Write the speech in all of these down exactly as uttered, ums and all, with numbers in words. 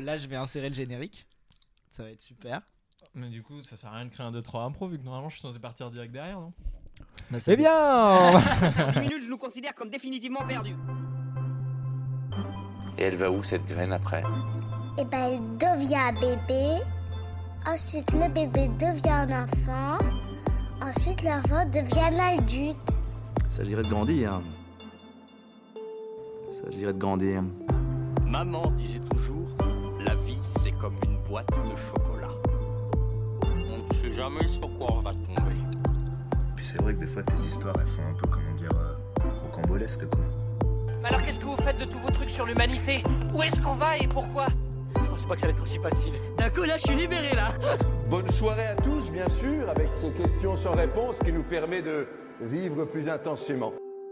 là, je vais insérer le générique. Ça va être super. Mais du coup, ça sert à rien de créer un deux trois impro vu que normalement je suis censé partir direct derrière, non? Bah, eh bien Dans dix minutes, je nous considère comme définitivement perdus. Et elle va où cette graine après? Et ben, elle devient bébé. Ensuite, le bébé devient un enfant. Ensuite, l'enfant devient un adulte. Il s'agirait de grandir. Il s'agirait de grandir. Maman disait toujours, la vie c'est comme une boîte de chocolat. On ne sait jamais sur quoi on va tomber. Puis c'est vrai que des fois tes histoires elles sont un peu, comment dire, euh, rocambolesques quoi. Mais alors qu'est-ce que vous faites de tous vos trucs sur l'humanité? Où est-ce qu'on va et pourquoi? Je pensais pas que ça allait être aussi facile. D'un coup là, je suis libéré là. Bonne soirée à tous, bien sûr, avec ces questions sans réponse qui nous permet de vivre plus intensément.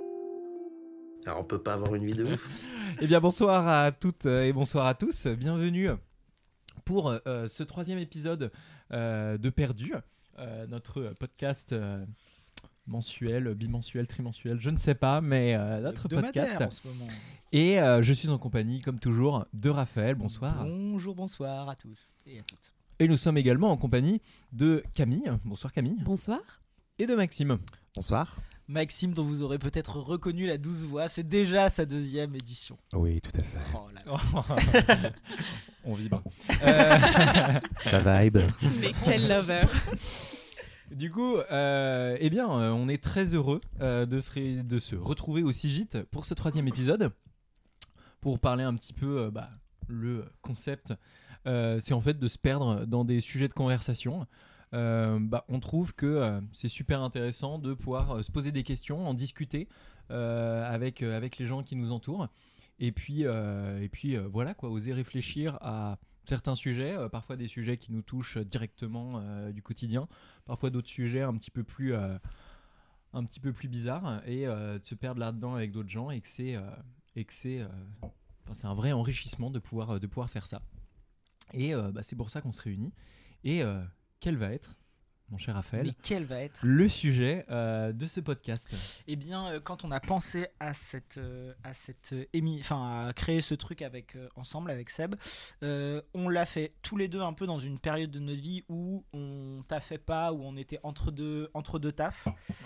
Alors on peut pas avoir une vie de ouf. Eh bien bonsoir à toutes et bonsoir à tous, bienvenue pour euh, ce troisième épisode euh, de Perdu, euh, notre podcast euh, mensuel, bimensuel, trimensuel, je ne sais pas, mais euh, notre podcast. En ce moment. Et euh, je suis en compagnie, comme toujours, de Raphaël, bonsoir. Bonjour, bonsoir à tous et à toutes. Et nous sommes également en compagnie de Camille, bonsoir Camille. Bonsoir. Et de Maxime. Bonsoir. Maxime, dont vous aurez peut-être reconnu la douce voix, c'est déjà sa deuxième édition. Oui, tout à fait. Oh là là. On vibre. Euh... Ça vibe. Mais quel lover. Du coup, euh, eh bien, euh, on est très heureux euh, de, se ré- de se retrouver aussi vite pour ce troisième épisode, pour parler un petit peu, euh, bah, le concept, euh, c'est en fait de se perdre dans des sujets de conversation. Euh, bah, on trouve que euh, c'est super intéressant de pouvoir euh, se poser des questions, en discuter euh, avec, euh, avec les gens qui nous entourent, et puis, euh, et puis euh, voilà quoi, oser réfléchir à certains sujets, euh, parfois des sujets qui nous touchent directement euh, du quotidien, parfois d'autres sujets un petit peu plus, euh, un petit peu plus bizarres, et euh, de se perdre là-dedans avec d'autres gens, et que c'est, euh, et que c'est, euh, enfin, c'est un vrai enrichissement de pouvoir, de pouvoir faire ça. Et euh, bah, c'est pour ça qu'on se réunit. Et euh, quel va être, mon cher Raphaël, Mais quel va être le sujet euh, de ce podcast? Eh bien, euh, quand on a pensé à cette, euh, à cette euh, émi- enfin à créer ce truc avec euh, ensemble avec Seb, euh, on l'a fait tous les deux un peu dans une période de notre vie où on taffait pas, où on était entre deux entre deux tafs,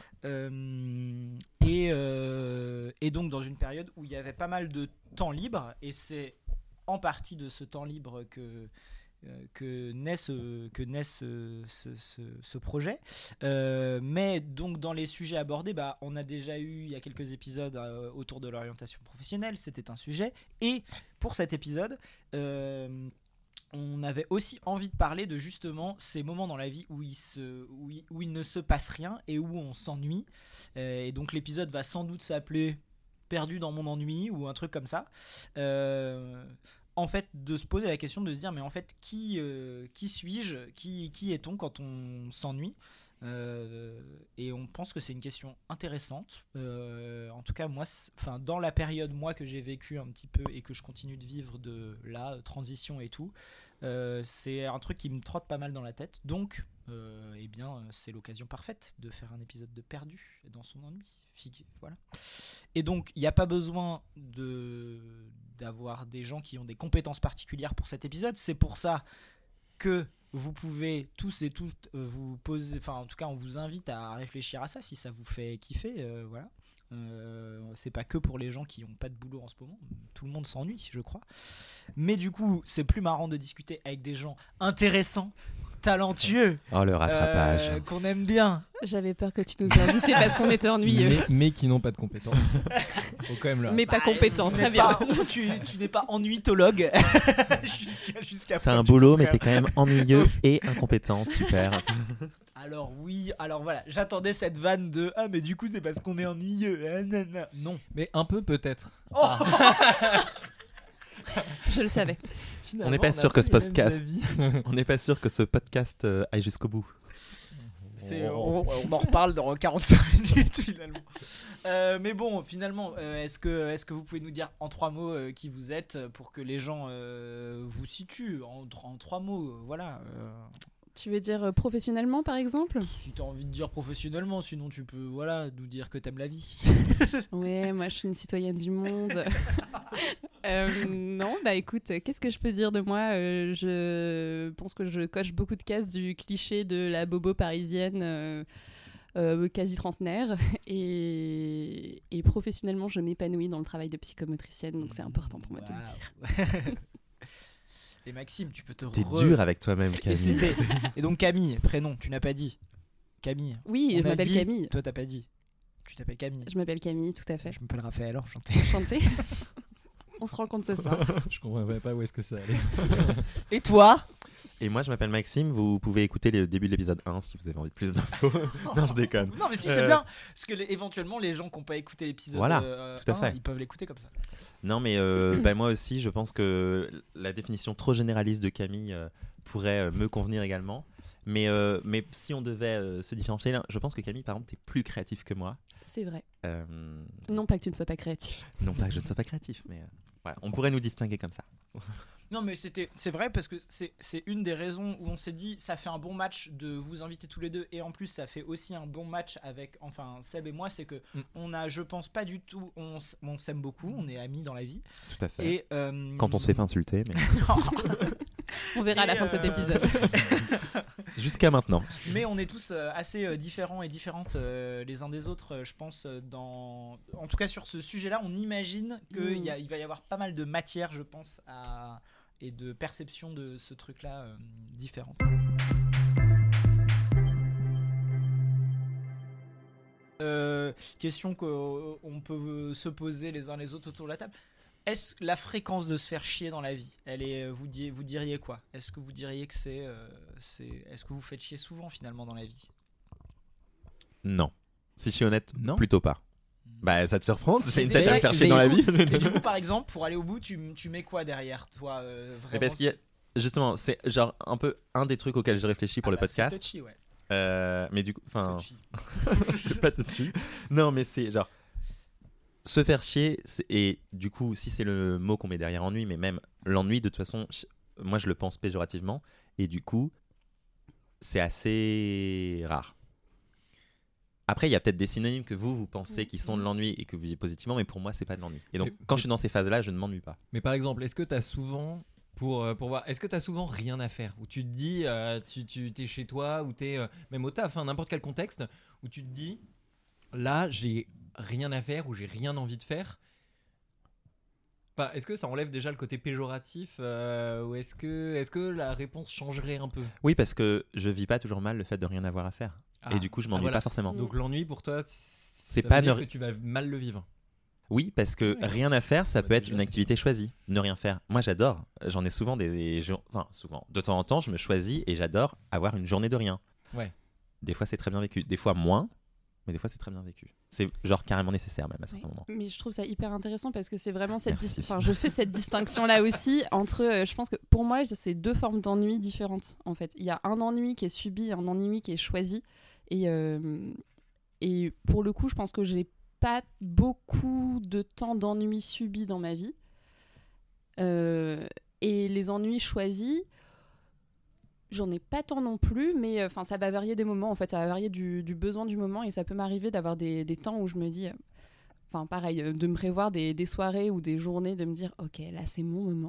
euh, et euh, et donc dans une période où il y avait pas mal de temps libre, et c'est en partie de ce temps libre que que naît ce, que naît ce, ce, ce, ce projet. Euh, mais donc dans les sujets abordés, bah, on a déjà eu il y a quelques épisodes euh, autour de l'orientation professionnelle, c'était un sujet. Et pour cet épisode, euh, on avait aussi envie de parler de justement ces moments dans la vie où il, se, où il, où il ne se passe rien et où on s'ennuie. Euh, et donc l'épisode va sans doute s'appeler « Perdu dans mon ennui » ou un truc comme ça. Euh... En fait, de se poser la question de se dire mais en fait qui, euh, qui suis-je, qui, qui est-on quand on s'ennuie, euh, et on pense que c'est une question intéressante. Euh, en tout cas moi, enfin dans la période moi que j'ai vécu un petit peu et que je continue de vivre de la transition et tout, euh, c'est un truc qui me trotte pas mal dans la tête. Donc euh, eh bien c'est l'occasion parfaite de faire un épisode de Perdu dans son ennui. Figue, voilà. Et donc il n'y a pas besoin de d'avoir des gens qui ont des compétences particulières pour cet épisode. C'est pour ça que vous pouvez tous et toutes vous poser, enfin en tout cas on vous invite à réfléchir à ça si ça vous fait kiffer, euh, voilà. Euh, c'est pas que pour les gens qui n'ont pas de boulot en ce moment, tout le monde s'ennuie je crois, mais du coup c'est plus marrant de discuter avec des gens intéressants, talentueux, oh le rattrapage, euh, qu'on aime bien. J'avais peur que tu nous invitais parce qu'on était ennuyeux. Mais, mais qui n'ont pas de compétences. Faut quand même le... Mais pas Bah, compétent, tu très n'es bien. pas- tu, tu n'es pas ennuitologue. jusqu'à, jusqu'à t'as preuve un du boulot mais contraire. t'es quand même ennuyeux et incompétent, super. Alors oui, alors voilà, j'attendais cette vanne de ah mais du coup c'est parce qu'on est ennuyeux. Ah, nan, nan. Non. Mais un peu peut-être. Oh Je le savais. Finalement, On n'est pas a sûr que ce pas les mêmes podcast, avis. on n'est pas sûr que ce podcast euh, aille jusqu'au bout. C'est, Oh. on, on en reparle dans quarante-cinq minutes finalement. Euh, mais bon, finalement, euh, est-ce que, est-ce que vous pouvez nous dire en trois mots euh, qui vous êtes pour que les gens euh, vous situent en, en trois mots, euh, voilà. Euh, Tu veux dire euh, professionnellement par exemple? si tu as envie de dire professionnellement, sinon tu peux voilà, nous dire que t'aimes la vie. Ouais, moi je suis une citoyenne du monde. Euh, non, bah écoute, qu'est-ce que je peux dire de moi Euh, Je pense que je coche beaucoup de cases du cliché de la bobo parisienne euh, euh, quasi trentenaire. Et, et professionnellement, je m'épanouis dans le travail de psychomotricienne, donc c'est important pour moi de le dire. Et Maxime, tu peux te T'es re- dur avec toi-même, Et, Camille. c'était- et donc Camille, prénom, tu n'as pas dit. Camille. Oui, On je a m'appelle dit, Camille. Toi, t'as pas dit. Tu t'appelles Camille. Je m'appelle Camille, tout à fait. Je m'appelle Raphaël, enchanté. Enchantée. On se rend compte ce soir. Je comprenais pas où est-ce que ça allait. Et toi? Et moi, je m'appelle Maxime. Vous pouvez écouter le début de l'épisode un si vous avez envie de plus d'infos. Non, je déconne. Non, mais si, Euh, c'est bien. Parce que les- éventuellement, les gens qui n'ont pas écouté l'épisode Voilà, euh, tout à un, fait. ils peuvent l'écouter comme ça. Non, mais euh, bah, moi aussi, je pense que la définition trop généraliste de Camille euh, pourrait euh, me convenir également. Mais, euh, mais si on devait euh, se différencier, là, je pense que Camille, par exemple, t'es plus créatif que moi. C'est vrai. Euh, Non pas que tu ne sois pas créatif. non pas que je ne sois pas créatif, mais euh, voilà, on pourrait nous distinguer comme ça. Non, mais c'était, c'est vrai parce que c'est, c'est une des raisons où on s'est dit ça fait un bon match de vous inviter tous les deux et en plus ça fait aussi un bon match avec enfin Seb et moi, c'est que Mm. on a, je pense pas du tout, on, s- on s'aime beaucoup, on est amis dans la vie. Tout à fait. Et euh, Quand on se fait pas insulter, mais On verra à la Et, fin de cet euh, épisode. jusqu'à maintenant. Mais on est tous euh, assez euh, différents et différentes euh, les uns des autres, euh, je pense, euh, dans... En tout cas, sur ce sujet-là, on imagine qu'il Mm. y a- il va y avoir pas mal de matière, je pense, à... et de perception de ce truc-là euh, différente. Euh, question qu'on peut se poser les uns les autres autour de la table. Est-ce que la fréquence de se faire chier dans la vie, elle est, vous, di- vous diriez quoi? Est-ce que vous diriez que c'est, euh, c'est, est-ce que vous faites chier souvent finalement dans la vie? Non. Si je suis honnête, Non. plutôt pas. Bah, ça te surprend? J'ai une Et tête à me déjà- faire chier et dans la du vie. coup- Et du coup, par exemple, pour aller au bout, tu, tu mets quoi derrière toi euh, Mais vraiment parce qu'il y a, justement, c'est genre un peu un des trucs auxquels je réfléchis pour Ah le bah, c'est podcast. touchy, ouais. Euh, mais du coup, enfin, Touchy. c'est pas touchy. Non, mais c'est genre se faire chier. c'est- Et du coup, si c'est le mot qu'on met derrière ennui, mais même l'ennui, de toute façon, je- moi je le pense péjorativement. Et du coup, c'est assez rare. Après, il y a peut-être des synonymes que vous, vous pensez qui sont de l'ennui et que vous vivez positivement, mais pour moi, c'est pas de l'ennui. Et donc, Mais- quand mais- je suis dans ces phases-là, je ne m'ennuie pas. Mais par exemple, est-ce que tu as souvent pour, euh, pour voir, est-ce que tu as souvent rien à faire où tu te dis, euh, tu, tu es chez toi ou tu es même au taf, hein, n'importe quel contexte où tu te dis, là, j'ai rien à faire ou j'ai rien envie de faire. Enfin, est-ce que ça enlève déjà le côté péjoratif euh, ou est-ce que, est-ce que la réponse changerait un peu? Oui, parce que je vis pas toujours mal le fait de rien avoir à faire. Ah. Et du coup, je m'ennuie Ah, voilà. pas forcément. Donc l'ennui pour toi, c'est pas dire ne- que tu vas mal le vivre. Oui, parce que Ouais. rien à faire, ça Bah, peut être déjà, une c'est activité choisie. Ne rien faire. Moi, j'adore. J'en ai souvent des, des jours- enfin souvent. De temps en temps, je me choisis et j'adore avoir une journée de rien. Ouais. Des fois, c'est très bien vécu. Des fois, moins. Mais des fois, c'est très bien vécu. C'est genre carrément nécessaire même à certains Ouais. moments. Mais je trouve ça hyper intéressant parce que c'est vraiment cette Merci. dis- enfin, je fais cette distinction là aussi entre euh, je pense que pour moi c'est deux formes d'ennui différentes en fait. Il y a un ennui qui est subi, un ennui qui est choisi et euh, et pour le coup, je pense que j'ai pas beaucoup de temps d'ennui subi dans ma vie. Euh, et les ennuis choisis, j'en ai pas tant non plus, mais enfin ça va varier des moments. En fait, ça va varier du, du besoin du moment et ça peut m'arriver d'avoir des, des temps où je me dis, enfin pareil, euh, de me prévoir des, des soirées ou des journées, de me dire, ok, là c'est mon moment.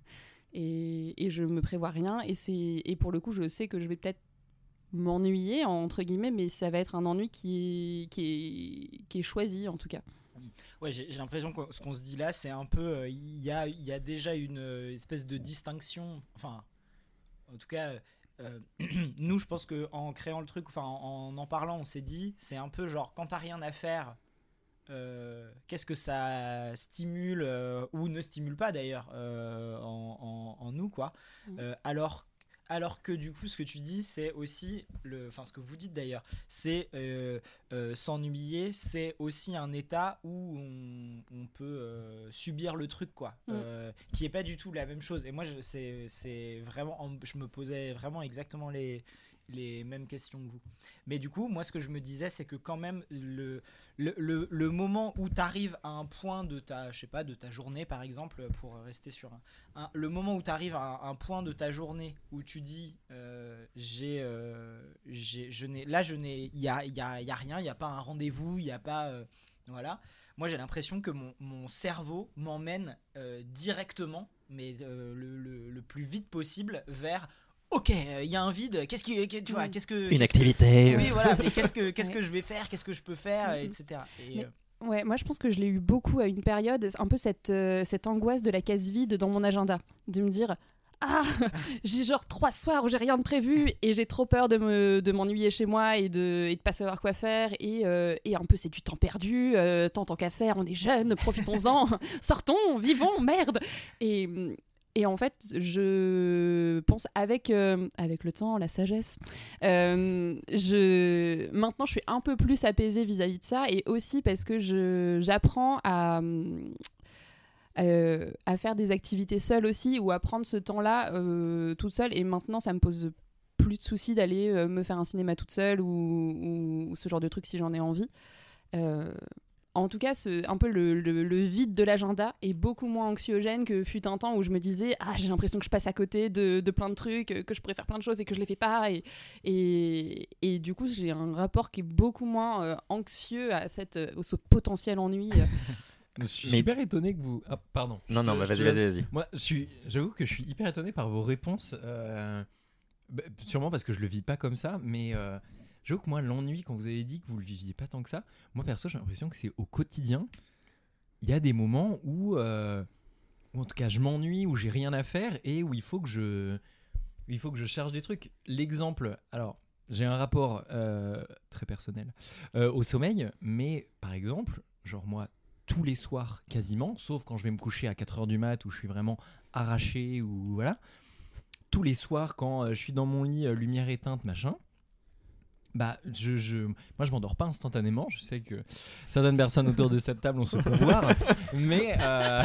Et, et je me prévois rien et c'est et pour le coup, je sais que je vais peut-être m'ennuyer entre guillemets, mais ça va être un ennui qui est, qui est, qui est choisi en tout cas. Ouais, j'ai, j'ai l'impression que ce qu'on se dit là, c'est un peu, euh, il y a, il y a déjà une euh, espèce de distinction. Enfin, en tout cas, euh, nous, je pense que en créant le truc, enfin, en en parlant, on s'est dit, c'est un peu genre quand t'as rien à faire. Euh, qu'est-ce que ça stimule euh, ou ne stimule pas d'ailleurs euh, en, en- en nous quoi. Mhm. Euh, alors alors que du coup ce que tu dis c'est aussi le enfin ce que vous dites d'ailleurs c'est euh, euh, s'ennuyer, c'est aussi un état où on, on peut euh, subir le truc quoi. Mhm. Euh, qui est pas du tout la même chose et moi je, c'est, c'est vraiment en- je me posais vraiment exactement les les mêmes questions que vous. Mais du coup, moi, ce que je me disais, c'est que quand même, le, le, le, le moment où tu arrives à un point de ta, je sais pas, de ta journée, par exemple, pour rester sur un, un- le moment où tu arrives à un, un point de ta journée où tu dis, euh, j'ai, euh, j'ai, je n'ai, là, je n'ai, il y a, il y a, il y a rien, il y a pas un rendez-vous, il y a pas, euh, Voilà. Moi, j'ai l'impression que mon, mon cerveau m'emmène euh, directement, mais euh, le, le, le plus vite possible, vers. Ok, il euh, y a un vide. Qu'est-ce qui, tu vois, qu'est-ce que une qu'est-ce activité. Que, oui, voilà. Mais qu'est-ce que qu'est-ce Ouais. que je vais faire, qu'est-ce que je peux faire, Mhm. et cetera. Et, Mais- euh, Ouais, moi je pense que je l'ai eu beaucoup à une période, un peu cette, euh, cette angoisse de la case vide dans mon agenda, de me dire ah j'ai genre trois soirs où j'ai rien de prévu et j'ai trop peur de me de m'ennuyer chez moi et de et de pas savoir quoi faire et, euh, et un peu c'est du temps perdu, euh, tant tant qu'à faire, on est jeunes, profitons-en, sortons, vivons, merde. Et Et en fait, je pense avec, euh, avec le temps, la sagesse, euh, je... maintenant je suis un peu plus apaisée vis-à-vis de ça et aussi parce que je... j'apprends à, euh, à faire des activités seule aussi ou à prendre ce temps-là euh, toute seule et maintenant ça me pose plus de soucis d'aller euh, me faire un cinéma toute seule ou, ou, ou ce genre de truc si j'en ai envie. Euh, En tout cas, ce, un peu le, le, le vide de l'agenda est beaucoup moins anxiogène que fut un temps où je me disais ah j'ai l'impression que je passe à côté de, de plein de trucs, que je pourrais faire plein de choses et que je les fais pas. Et, et, et du coup, j'ai un rapport qui est beaucoup moins euh, anxieux à cette, euh, ce potentiel ennui. Je suis Mais- hyper étonné que vous. Ah, pardon. Non, non, Je- bah, je vas-y, te vas-y, laisse. vas-y. Moi, je suis, j'avoue que je suis hyper étonné par vos réponses. euh, bah, sûrement parce que je le vis pas comme ça, mais euh, j'avoue que moi, l'ennui, quand vous avez dit que vous le viviez pas tant que ça, moi perso, j'ai l'impression que c'est au quotidien. Il y a des moments où, euh, où en tout cas, je m'ennuie, où j'ai rien à faire et où il faut que je, il faut que je cherche des trucs. L'exemple, alors. J'ai un rapport euh, très personnel euh, au sommeil, mais par exemple, genre moi, tous les soirs quasiment, sauf quand je vais me coucher à quatre heures du mat où je suis vraiment arraché ou voilà, tous les soirs quand euh, je suis dans mon lit, euh, lumière éteinte, machin, bah je, je, moi je m'endors pas instantanément, je sais que certaines personnes autour de cette table ont ce pouvoir, mais, euh,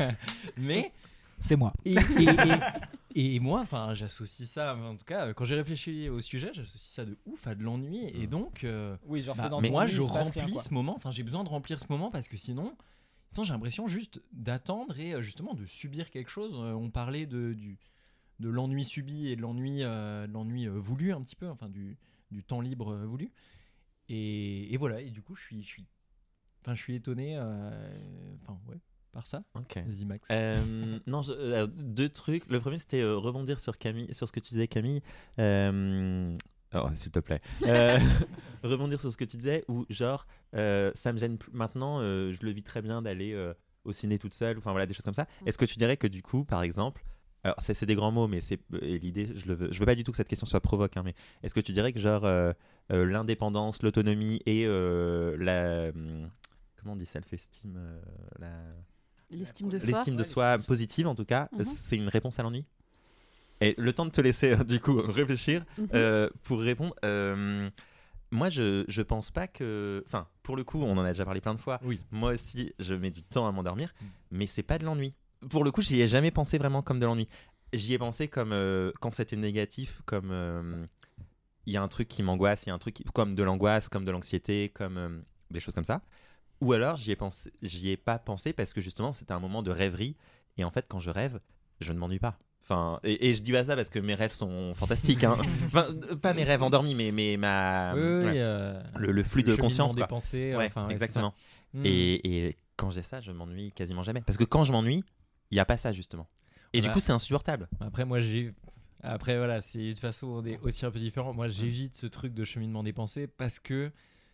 mais c'est moi. Et, et, et, et moi, enfin, j'associe ça, en tout cas, quand j'ai réfléchi au sujet, j'associe ça de ouf à de l'ennui. Et donc, euh, Oui, genre, t'es bah, dans mais ton moi, lit, je il se passe rien, remplis quoi. ce moment. Enfin, j'ai besoin de remplir ce moment parce que sinon, sinon j'ai l'impression juste d'attendre et euh, justement de subir quelque chose. Euh, on parlait de, du, de l'ennui subi et de l'ennui, euh, de l'ennui euh, voulu un petit peu, enfin du, du temps libre euh, voulu. Et, et voilà. Et du coup, je suis, je suis, enfin, je suis étonné. euh, Enfin, ouais. Par ça. Ok. Vas-y Max. Euh, non, je- euh, deux trucs. Le premier, c'était euh, rebondir sur Camille, sur ce que tu disais, Camille. Euh, oh, s'il te plaît. Euh, rebondir sur ce que tu disais, où genre, euh, ça me gêne plus. Maintenant, euh, je le vis très bien d'aller euh, au ciné toute seule, enfin voilà, des choses comme ça. Est-ce que tu dirais que du coup, par exemple, alors c'est, c'est des grands mots, mais c'est et l'idée, je le veux, je veux pas du tout que cette question soit provoque, hein, mais est-ce que tu dirais que genre euh, euh, l'indépendance, l'autonomie et euh, la hum, comment on dit self-esteem, euh, la L'estime de soi. l'estime de soi positive en tout cas, Mhm. c'est une réponse à l'ennui. Et le temps de te laisser du coup réfléchir Mhm. euh, pour répondre. euh, moi, je je pense pas que, enfin, pour le coup, on en a déjà parlé plein de fois. Oui. Moi aussi, je mets du temps à m'endormir, Mm. mais c'est pas de l'ennui. Pour le coup, j'y ai jamais pensé vraiment comme de l'ennui. J'y ai pensé comme euh, quand c'était négatif, comme euh, il y a un truc qui m'angoisse, il y a un truc qui- comme de l'angoisse, comme de l'anxiété, comme euh, des choses comme ça. Ou alors j'y ai pensé, j'y ai pas pensé parce que justement c'était un moment de rêverie et en fait quand je rêve, je ne m'ennuie pas. Enfin, et, et je dis pas ça parce que mes rêves sont fantastiques. Hein. Enfin, euh, pas mes rêves endormis, mais, mais ma Oui, oui, ouais. euh, le, le flux de cheminement conscience. des Quoi. pensées, Ouais, enfin, ouais, exactement. c'est ça. Mm. Et, et quand j'ai ça, je m'ennuie quasiment jamais. Parce que quand je m'ennuie, il y a pas ça justement. Et Voilà. du coup, c'est insupportable. Après, moi, j'ai. Après, voilà, c'est de toute façon, on est aussi un peu différents. Moi, j'évite ce truc de cheminement des pensées parce que.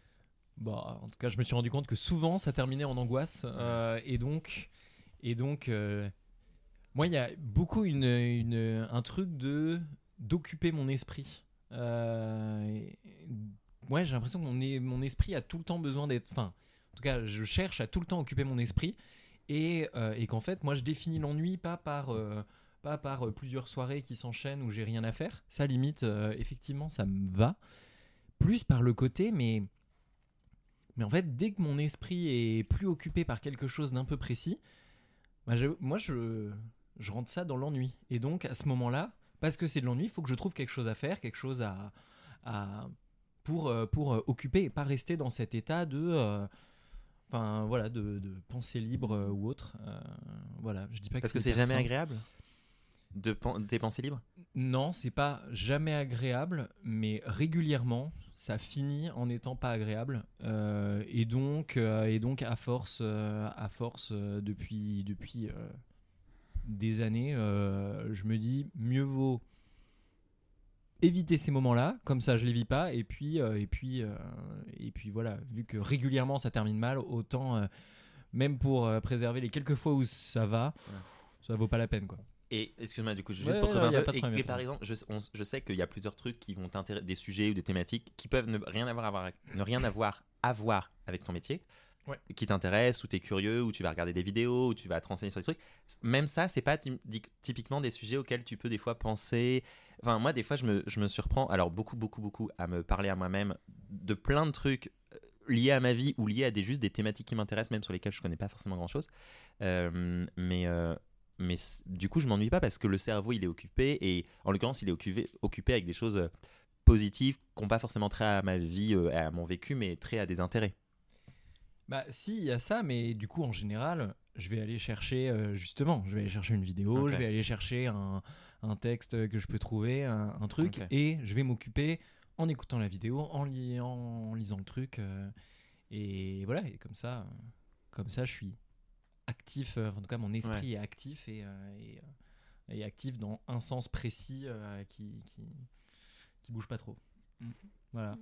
Bah, en tout cas, je me suis rendu compte que souvent, ça terminait en angoisse. euh, et donc. Et donc. euh, moi, il y a beaucoup une, une, un truc de d'occuper mon esprit. Euh, et- ouais, j'ai l'impression que mon, é- mon esprit a tout le temps besoin d'être. Enfin, en tout cas, je cherche à tout le temps occuper mon esprit. Et, euh, et qu'en fait, moi, je définis l'ennui pas par. euh, pas par euh, plusieurs soirées qui s'enchaînent où j'ai rien à faire. Ça, limite, euh, effectivement, ça me va. Plus par le côté, mais. Mais en fait, dès que mon esprit est plus occupé par quelque chose d'un peu précis, bah, j'avoue- moi, je, je rentre ça dans l'ennui. Et donc, à ce moment-là, parce que c'est de l'ennui, il faut que je trouve quelque chose à faire, quelque chose à. à pour, euh, pour euh, occuper et pas rester dans cet état de. euh, Enfin, voilà, de, de pensée libre euh, ou autre. Euh, voilà, je dis pas Parce que que c'est c'est hyper jamais simple. agréable de pen- des pensées libres. Non, c'est pas jamais agréable, mais régulièrement, ça finit en n'étant pas agréable. Euh, et, donc, euh, et donc, à force, euh, à force euh, depuis, depuis euh, des années, euh, je me dis, mieux vaut éviter ces moments-là, comme ça je les vis pas, et puis, euh, et puis, euh, et puis voilà, vu que régulièrement ça termine mal, autant, euh, même pour euh, préserver les quelques fois où ça va, ouais. ça vaut pas la peine, quoi. Et excuse-moi, du coup, juste ouais, pour creuser ouais, un peu, et, et, et par exemple, je, on, je sais qu'il y a plusieurs trucs qui vont t'intéresser, des sujets ou des thématiques qui peuvent ne rien avoir, avoir ne rien avoir à voir avec ton métier, ouais. qui t'intéressent, ou t'es curieux, ou tu vas regarder des vidéos, ou tu vas te renseigner sur des trucs. Même ça, c'est pas ty- typiquement des sujets auxquels tu peux des fois penser. Enfin, moi, des fois, je me, je me surprends, alors beaucoup, beaucoup, beaucoup, à me parler à moi-même de plein de trucs liés à ma vie ou liés à des, juste des thématiques qui m'intéressent, même sur lesquelles je connais pas forcément grand-chose. Euh, mais... Euh, mais du coup je m'ennuie pas parce que le cerveau il est occupé, et en l'occurrence il est occupé, occupé avec des choses positives qui n'ont pas forcément trait à ma vie, à mon vécu, mais trait à des intérêts. Bah si, il y a ça, mais du coup en général je vais aller chercher euh, justement, je vais aller chercher une vidéo, okay. je vais aller chercher un, un texte que je peux trouver, un, un truc, okay. et je vais m'occuper en écoutant la vidéo, en, li- en lisant le truc, euh, et voilà, et comme ça, euh, comme ça je suis actif, euh, en tout cas mon esprit ouais. est actif et, euh, et, euh, et actif dans un sens précis euh, qui, qui qui bouge pas trop. Mmh. Voilà.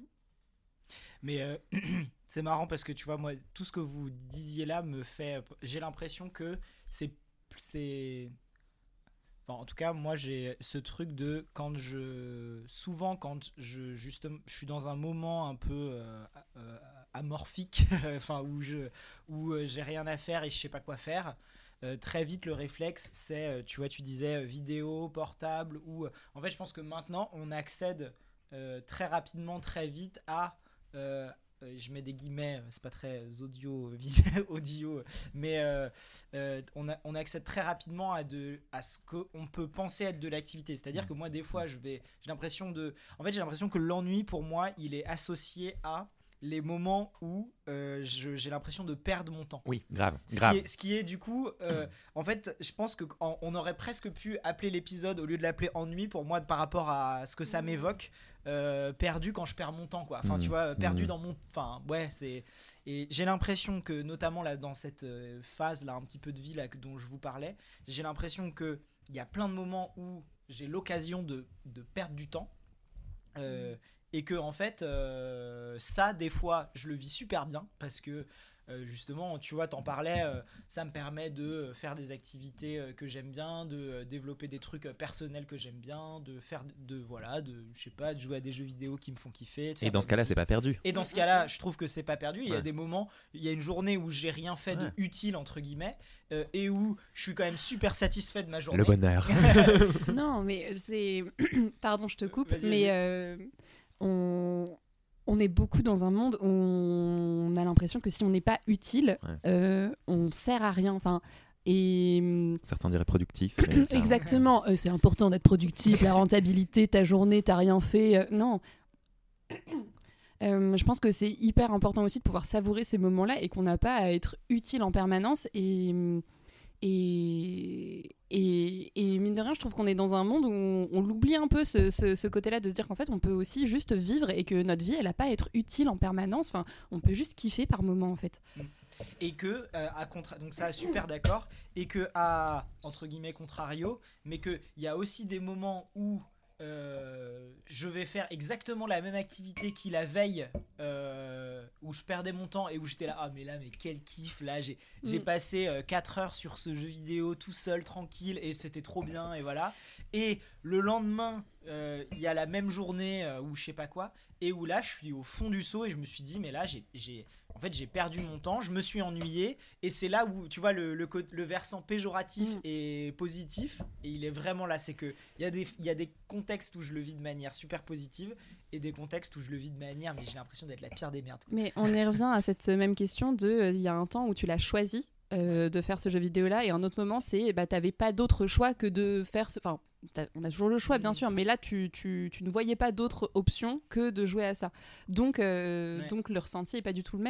Mais euh, c'est marrant parce que tu vois, moi, tout ce que vous disiez là me fait, j'ai l'impression que c'est c'est enfin, en tout cas, moi j'ai ce truc de quand je souvent quand je justement je suis dans un moment un peu euh, euh, amorphique, enfin où je où euh, j'ai rien à faire et je sais pas quoi faire. Euh, très vite le réflexe c'est euh, tu vois, tu disais euh, vidéo, portable, ou euh, en fait je pense que maintenant on accède euh, très rapidement, très vite à euh, je mets des guillemets, c'est pas très audio, visuel, audio, mais euh, euh, on, a, on accède très rapidement à, de, à ce qu'on peut penser être de l'activité. C'est-à-dire que moi, des fois, je vais, j'ai l'impression de, en fait, j'ai l'impression que l'ennui, pour moi, il est associé à les moments où euh, je, j'ai l'impression de perdre mon temps. Oui, grave, ce grave. Qui est, ce qui est du coup, euh, en fait, je pense qu'on aurait presque pu appeler l'épisode, au lieu de l'appeler ennui, pour moi, par rapport à ce que ça m'évoque, euh, perdu quand je perds mon temps, quoi. Enfin, mmh. tu vois, perdu mmh. dans mon... Enfin, ouais, c'est... Et j'ai l'impression que, notamment là, dans cette euh, phase, là, un petit peu de vie, là, dont je vous parlais, j'ai l'impression qu'il y a plein de moments où j'ai l'occasion de, de perdre du temps. Euh, mmh. Et que en fait euh, ça des fois je le vis super bien parce que euh, justement tu vois, t'en parlais, euh, ça me permet de faire des activités euh, que j'aime bien, de euh, développer des trucs euh, personnels que j'aime bien, de faire de voilà de je sais pas de jouer à des jeux vidéo qui me font kiffer. Et dans ce cas-là c'est pas perdu. Et dans ce cas-là je trouve que c'est pas perdu. Il ouais. y a des moments, il y a une journée où j'ai rien fait ouais. de utile entre guillemets euh, et où je suis quand même super satisfait de ma journée. Le bonheur. Non mais c'est pardon je te coupe vas-y, mais vas-y. Euh... On, on est beaucoup dans un monde où on a l'impression que si on n'est pas utile, ouais. euh, on sert à rien. Enfin, et... Certains diraient productif. Mais... Exactement. Euh, c'est important d'être productif, la rentabilité, ta journée, t'as rien fait. Euh, non. Euh, je pense que c'est hyper important aussi de pouvoir savourer ces moments-là et qu'on n'a pas à être utile en permanence. Et... Et, et, et mine de rien, je trouve qu'on est dans un monde où on, on l'oublie un peu, ce, ce, ce côté-là, de se dire qu'en fait, on peut aussi juste vivre et que notre vie, elle n'a pas à être utile en permanence. Enfin, on peut juste kiffer par moment, en fait. Et que, euh, à contra- donc ça, super d'accord, et que, à, entre guillemets, contrario, mais qu'il y a aussi des moments où Euh, je vais faire exactement la même activité qui la veille euh, où je perdais mon temps et où j'étais là, ah mais là mais quel kiff là, j'ai, mmh. j'ai passé euh, quatre heures sur ce jeu vidéo tout seul tranquille et c'était trop bien et voilà, et le lendemain il euh, y a la même journée euh, où je sais pas quoi et où là je suis au fond du seau et je me suis dit mais là j'ai, j'ai en fait j'ai perdu mon temps, je me suis ennuyé, et c'est là où tu vois le, le, le versant péjoratif mmh. et positif, et il est vraiment là, c'est que il y a des il y a des contextes où je le vis de manière super positive et des contextes où je le vis de manière mais j'ai l'impression d'être la pire des merdes, quoi. Mais on y revient à cette même question de il euh, y a un temps où tu l'as choisi euh, de faire ce jeu vidéo là et un autre moment c'est bah t'avais pas d'autre choix que de faire ce enfin on a toujours le choix bien sûr, mais là tu, tu, tu ne voyais pas d'autre option que de jouer à ça, donc, euh, ouais. donc le ressenti est pas du tout le même.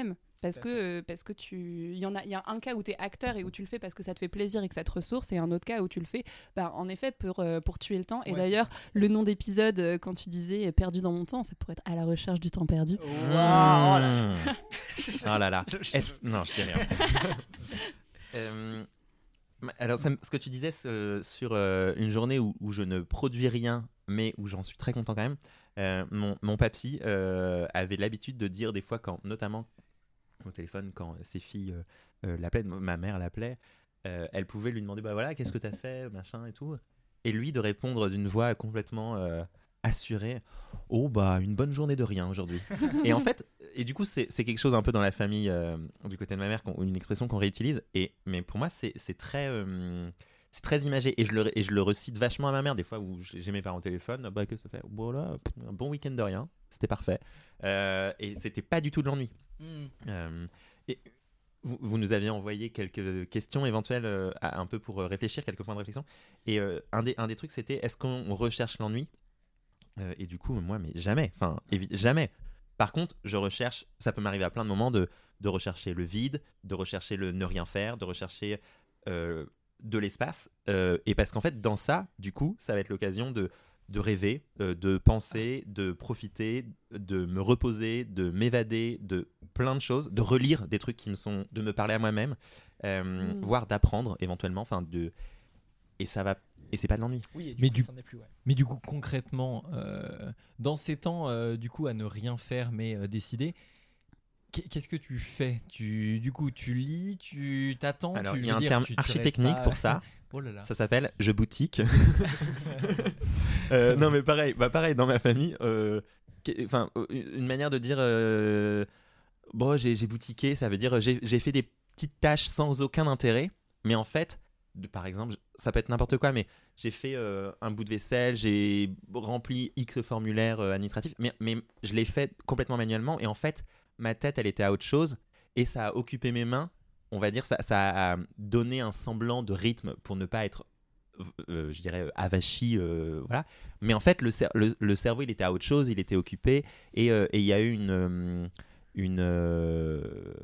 Parce que, euh, parce que tu, il y en a, il y a un cas où tu es acteur et où tu le fais parce que ça te fait plaisir et que ça te ressource, et un autre cas où tu le fais, bah, en effet, pour, euh, pour tuer le temps. Et Ouais, d'ailleurs, le nom d'épisode, euh, quand tu disais « perdu dans mon temps », ça pourrait être « à la recherche du temps perdu ». Waouh, oh là. Mmh. Oh là là. Est-ce- Non, je dis rien. Euh, alors, ça me- ce que tu disais ce- sur euh, une journée où, où je ne produis rien, mais où j'en suis très content quand même, euh, mon, mon papy euh, avait l'habitude de dire des fois, quand, notamment au téléphone, quand ses filles euh, euh, l'appelaient, ma mère l'appelait, euh, elle pouvait lui demander bah voilà, qu'est-ce que t'as fait, machin et tout, et lui de répondre d'une voix complètement euh, assurée, oh bah une bonne journée de rien aujourd'hui. Et en fait, et du coup c'est, c'est quelque chose un peu dans la famille euh, du côté de ma mère, qu'on- une expression qu'on réutilise, et mais pour moi c'est, c'est très euh, c'est très imagé, et je le et je le recite vachement à ma mère des fois où j'ai j'ai mes parents au téléphone, bah qu'est-ce que ça fait, voilà, un bon week-end de rien, c'était parfait. Euh, et c'était pas du tout de l'ennui. Mm. Euh, et vous, vous nous aviez envoyé quelques questions éventuelles euh, à- un peu pour euh, réfléchir, quelques points de réflexion. Et euh, un, des, un des trucs, c'était est-ce qu'on recherche l'ennui? Euh, Et du coup, moi, mais jamais. Enfin, évi- jamais. Par contre, je recherche, ça peut m'arriver à plein de moments de, de rechercher le vide, de rechercher le ne rien faire, de rechercher euh, de l'espace. Euh, et parce qu'en fait, dans ça, du coup, ça va être l'occasion de de rêver, euh, de penser, de profiter, de me reposer, de m'évader, de plein de choses, de relire des trucs qui me sont, de me parler à moi-même, euh, Mm. voire d'apprendre éventuellement, enfin de, et ça va, et c'est pas de l'ennui. Oui, et du Mais coup, du- ça n'en est plus, ouais. Mais du coup, concrètement, euh, dans ces temps, euh, du coup, à ne rien faire mais euh, décider, qu'est- qu'est-ce que tu fais? Tu, du coup, tu lis, tu t'attends. Alors tu, il y je a veux un dire, terme tu- tu architecnique restes pas- pour ça. Oh là là. Ça s'appelle je boutique. Euh, non mais pareil, bah pareil dans ma famille, euh, qu'est- enfin euh, une manière de dire euh, bon j'ai, j'ai boutiqué, ça veut dire euh, j'ai, j'ai fait des petites tâches sans aucun intérêt, mais en fait, de- par exemple, ça peut être n'importe quoi, mais j'ai fait euh, un bout de vaisselle, j'ai rempli X formulaires euh, administratifs, mais, mais je l'ai fait complètement manuellement, et en fait ma tête elle était à autre chose et ça a occupé mes mains. On va dire ça, ça a donné un semblant de rythme pour ne pas être, euh, je dirais, avachi, euh, voilà. Mais en fait, le, cer- le, le cerveau, il était à autre chose, il était occupé, et euh, et il y a eu une, euh, une, euh,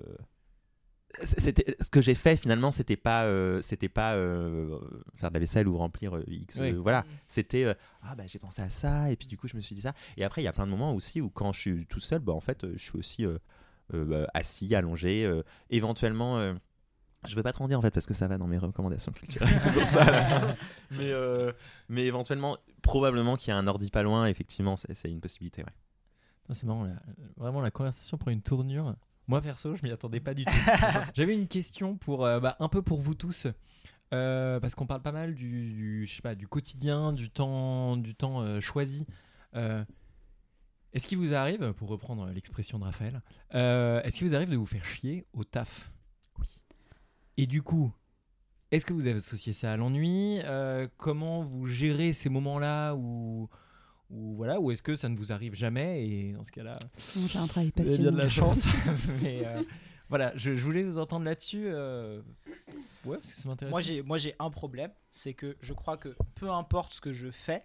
c'était ce que j'ai fait finalement, c'était pas, euh, c'était pas euh, faire de la vaisselle ou remplir euh, X, Oui. euh, voilà. C'était euh, ah bah j'ai pensé à ça, et puis du coup je me suis dit ça. Et après il y a plein de moments aussi où quand je suis tout seul, bah en fait je suis aussi euh, euh, bah, assis, allongé, euh, éventuellement. Euh, je veux pas trop en dire en fait parce que ça va dans mes recommandations culturelles, c'est pour ça. Là. Mais, euh, mais éventuellement, probablement qu'il y a un ordi pas loin, effectivement, c'est, c'est une possibilité. Ouais. Ah, c'est marrant, la- vraiment la conversation prend une tournure. Moi perso, je m'y attendais pas du tout. J'avais une question pour euh, bah, un peu pour vous tous, euh, parce qu'on parle pas mal du, du je sais pas du quotidien, du temps, du temps euh, choisi. Euh, est-ce qu'il vous arrive, pour reprendre l'expression de Raphaël, euh, est-ce qu'il vous arrive de vous faire chier au taf? Oui. Et du coup, est-ce que vous avez associé ça à l'ennui? Euh, Comment vous gérez ces moments-là où ou voilà, ou est-ce que ça ne vous arrive jamais? Et dans ce cas-là, Bon, j'ai un travail vous avez bien passionnant. de la chance. Mais euh, voilà, je, je voulais vous entendre là-dessus. euh, Ouais, parce que ça m'intéresse. Moi j'ai, moi j'ai un problème, c'est que je crois que peu importe ce que je fais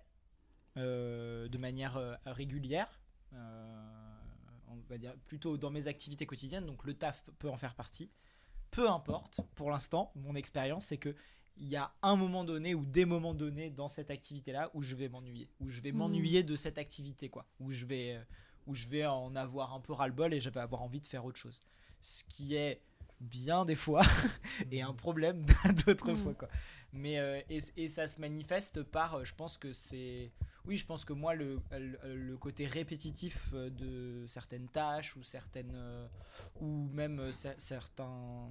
euh, de manière euh, régulière, euh, on va dire plutôt dans mes activités quotidiennes, donc le taf peut en faire partie. Peu importe, pour l'instant, mon expérience, c'est que il y a un moment donné ou des moments donnés dans cette activité-là où je vais m'ennuyer, où je vais Mmh. m'ennuyer de cette activité, quoi, où je vais, euh, où je vais en avoir un peu ras-le-bol et je vais avoir envie de faire autre chose. Ce qui est bien des fois et un problème d'autres Mmh. fois, quoi. Mais euh, et, et ça se manifeste par, euh, je pense que c'est, oui, je pense que moi le, le, le côté répétitif euh, de certaines tâches ou certaines, euh, ou même euh, cer- certains.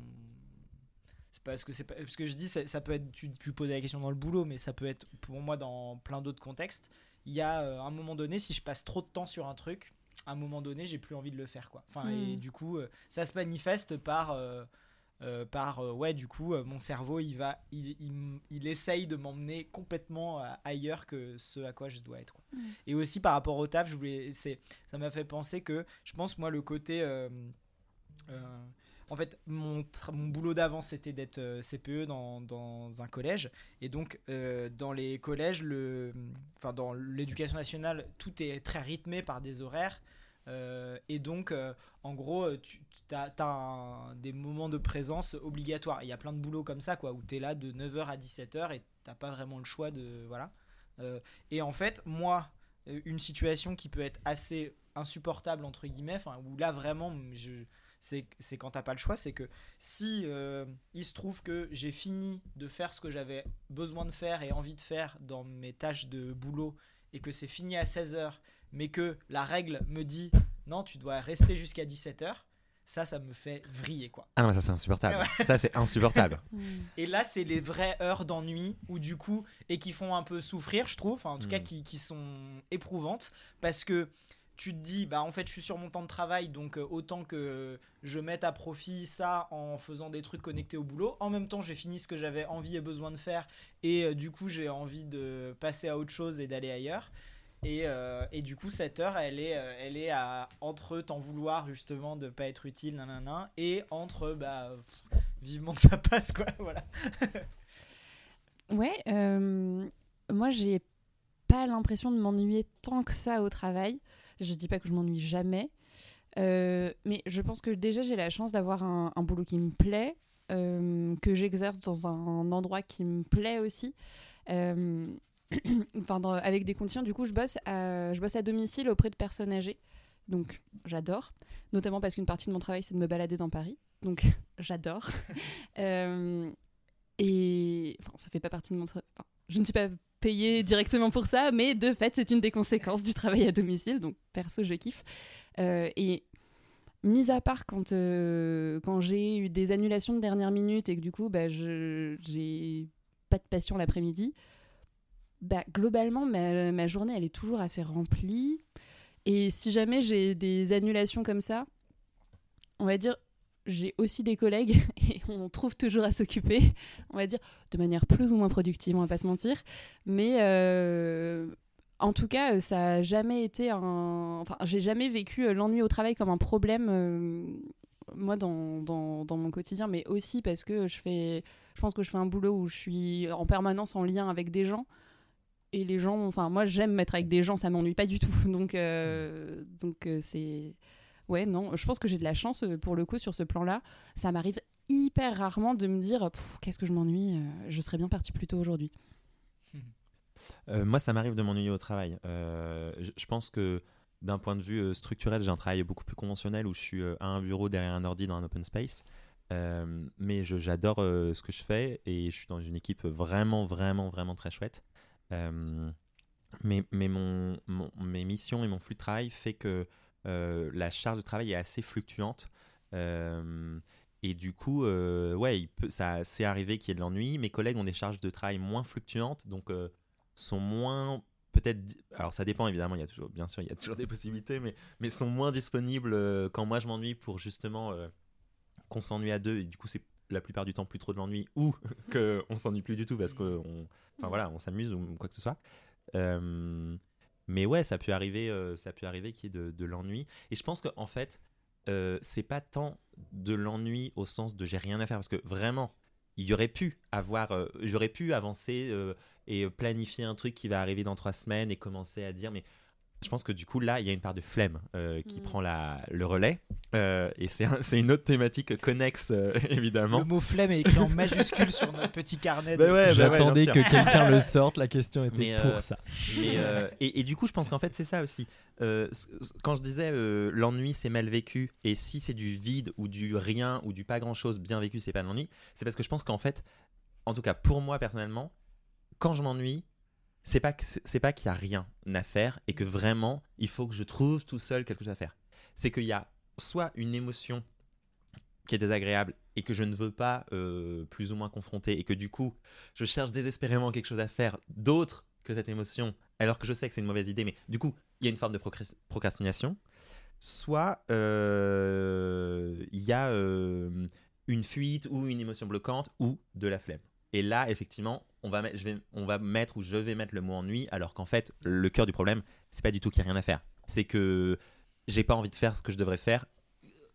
C'est parce que c'est pas, parce que je dis ça, ça peut être, tu, tu posais la question dans le boulot, mais ça peut être pour moi dans plein d'autres contextes. Il y a euh, un moment donné, si je passe trop de temps sur un truc, à un moment donné, j'ai plus envie de le faire, quoi. Enfin, Mm. et du coup, euh, ça se manifeste par, euh, euh, par, euh, ouais, du coup, euh, mon cerveau, il va, il, il, m- il essaye de m'emmener complètement euh, ailleurs que ce à quoi je dois être, quoi. Mm. Et aussi par rapport au taf, je voulais, c'est, ça m'a fait penser que, je pense moi le côté euh, euh, en fait, mon, tra- mon boulot d'avant, c'était d'être euh, C P E dans, dans un collège. Et donc, euh, dans les collèges, le, enfin, dans l'éducation nationale, tout est très rythmé par des horaires. Euh, et donc, euh, en gros, tu as des moments de présence obligatoires. Il y a plein de boulots comme ça, quoi, où tu es là de neuf heures à dix-sept heures et t'as pas vraiment le choix de... Voilà. Euh, et en fait, moi, une situation qui peut être assez insupportable, entre guillemets, où là, vraiment, je... C'est, c'est quand t'as pas le choix, c'est que si euh, il se trouve que j'ai fini de faire ce que j'avais besoin de faire et envie de faire dans mes tâches de boulot et que c'est fini à seize heures, mais que la règle me dit non, tu dois rester jusqu'à dix-sept heures, ça, ça me fait vriller, quoi. Ah non, mais ça, c'est insupportable. Ça, c'est insupportable. Et là, c'est les vraies heures d'ennui où, du coup, et qui font un peu souffrir, je trouve, enfin, en tout Mm. cas, qui, qui sont éprouvantes parce que tu te dis, bah en fait, je suis sur mon temps de travail, donc euh, autant que je mette à profit ça en faisant des trucs connectés au boulot. En même temps, j'ai fini ce que j'avais envie et besoin de faire, et euh, du coup, j'ai envie de passer à autre chose et d'aller ailleurs. Et, euh, et du coup, cette heure, elle est, euh, elle est à, entre t'en vouloir justement de pas être utile, nanana, et entre bah pff, vivement que ça passe, quoi. Voilà. Ouais, euh, moi j'ai pas l'impression de m'ennuyer tant que ça au travail. Je dis pas que je m'ennuie jamais, euh, mais je pense que déjà j'ai la chance d'avoir un, un boulot qui me plaît, euh, que j'exerce dans un endroit qui me plaît aussi. Euh, enfin, dans- avec des conditions, du coup, je bosse, à, je bosse à domicile auprès de personnes âgées, donc j'adore, notamment parce qu'une partie de mon travail c'est de me balader dans Paris, donc j'adore. Euh, et enfin, ça fait pas partie de mon travail. Enfin, je ne suis pas payée directement pour ça, mais de fait, c'est une des conséquences du travail à domicile. Donc, perso, je kiffe. Euh, et mis à part quand, euh, quand j'ai eu des annulations de dernière minute et que du coup, bah, je j'ai pas de passion l'après-midi, bah, globalement, ma, ma journée, elle est toujours assez remplie. Et si jamais j'ai des annulations comme ça, on va dire, j'ai aussi des collègues et on trouve toujours à s'occuper, on va dire, de manière plus ou moins productive, on va pas se mentir. Mais euh, en tout cas, ça a jamais été un... Enfin, j'ai jamais vécu l'ennui au travail comme un problème, euh, moi, dans, dans, dans mon quotidien, mais aussi parce que je fais... Je pense que je fais un boulot où je suis en permanence en lien avec des gens. Et les gens... Enfin, moi, j'aime être avec des gens, ça m'ennuie pas du tout. Donc, euh, donc euh, c'est... Ouais, non, je pense que j'ai de la chance euh, pour le coup sur ce plan-là. Ça m'arrive hyper rarement de me dire Pff, qu'est-ce que je m'ennuie, euh, je serais bien partie plus tôt aujourd'hui. Euh, moi, ça m'arrive de m'ennuyer au travail. Euh, je, je pense que d'un point de vue euh, structurel, j'ai un travail beaucoup plus conventionnel où je suis euh, à un bureau derrière un ordi dans un open space. Euh, mais je, j'adore euh, ce que je fais et je suis dans une équipe vraiment, vraiment, vraiment très chouette. Euh, mais mais mon, mon, mes missions et mon flux de travail fait que euh, la charge de travail est assez fluctuante. Euh, et du coup, euh, ouais, il peut, ça, c'est arrivé qu'il y ait de l'ennui. Mes collègues ont des charges de travail moins fluctuantes, donc euh, sont moins peut-être. Alors ça dépend évidemment. Il y a toujours, bien sûr, il y a toujours des possibilités, mais mais sont moins disponibles euh, quand moi je m'ennuie pour justement euh, qu'on s'ennuie à deux. Et du coup, c'est la plupart du temps plus trop de l'ennui ou qu'on s'ennuie plus du tout parce qu'on, enfin voilà, on s'amuse ou quoi que ce soit. Euh, mais ouais, ça peut arriver, euh, ça peut arriver qu'il y ait de, de l'ennui. Et je pense qu'en fait, euh, c'est pas tant de l'ennui au sens de j'ai rien à faire, parce que vraiment, il y aurait pu avoir, euh, j'aurais pu avancer euh, et planifier un truc qui va arriver dans trois semaines et commencer à dire, mais je pense que du coup là, il y a une part de flemme euh, qui Mmh. prend la, le relais. Euh, et c'est, un- c'est une autre thématique connexe, euh, évidemment. Le mot flemme est écrit en majuscule sur notre petit carnet. Bah de- ouais, bah ouais, J'attendais bien que sûr. quelqu'un le sorte, la question était Mais, pour euh, ça. Mais, euh, et, et du coup, je pense qu'en fait, c'est ça aussi. Euh, c- c- quand je disais euh, l'ennui, c'est mal vécu, et si c'est du vide ou du rien ou du pas grand-chose bien vécu, c'est pas de l'ennui, c'est parce que je pense qu'en fait, en tout cas pour moi personnellement, quand je m'ennuie, c'est pas, que- c'est pas qu'il y a rien à faire et que vraiment, il faut que je trouve tout seul quelque chose à faire. C'est qu'il y a soit une émotion qui est désagréable et que je ne veux pas euh, plus ou moins confronter et que du coup, je cherche désespérément quelque chose à faire d'autre que cette émotion, alors que je sais que c'est une mauvaise idée, mais du coup, il y a une forme de procras- procrastination. Soit euh, il y a euh, une fuite ou une émotion bloquante ou de la flemme. Et là, effectivement, on va, mettre, je vais, on va mettre ou je vais mettre le mot ennui, alors qu'en fait, le cœur du problème, c'est pas du tout qu'il n'y a rien à faire. C'est que j'ai pas envie de faire ce que je devrais faire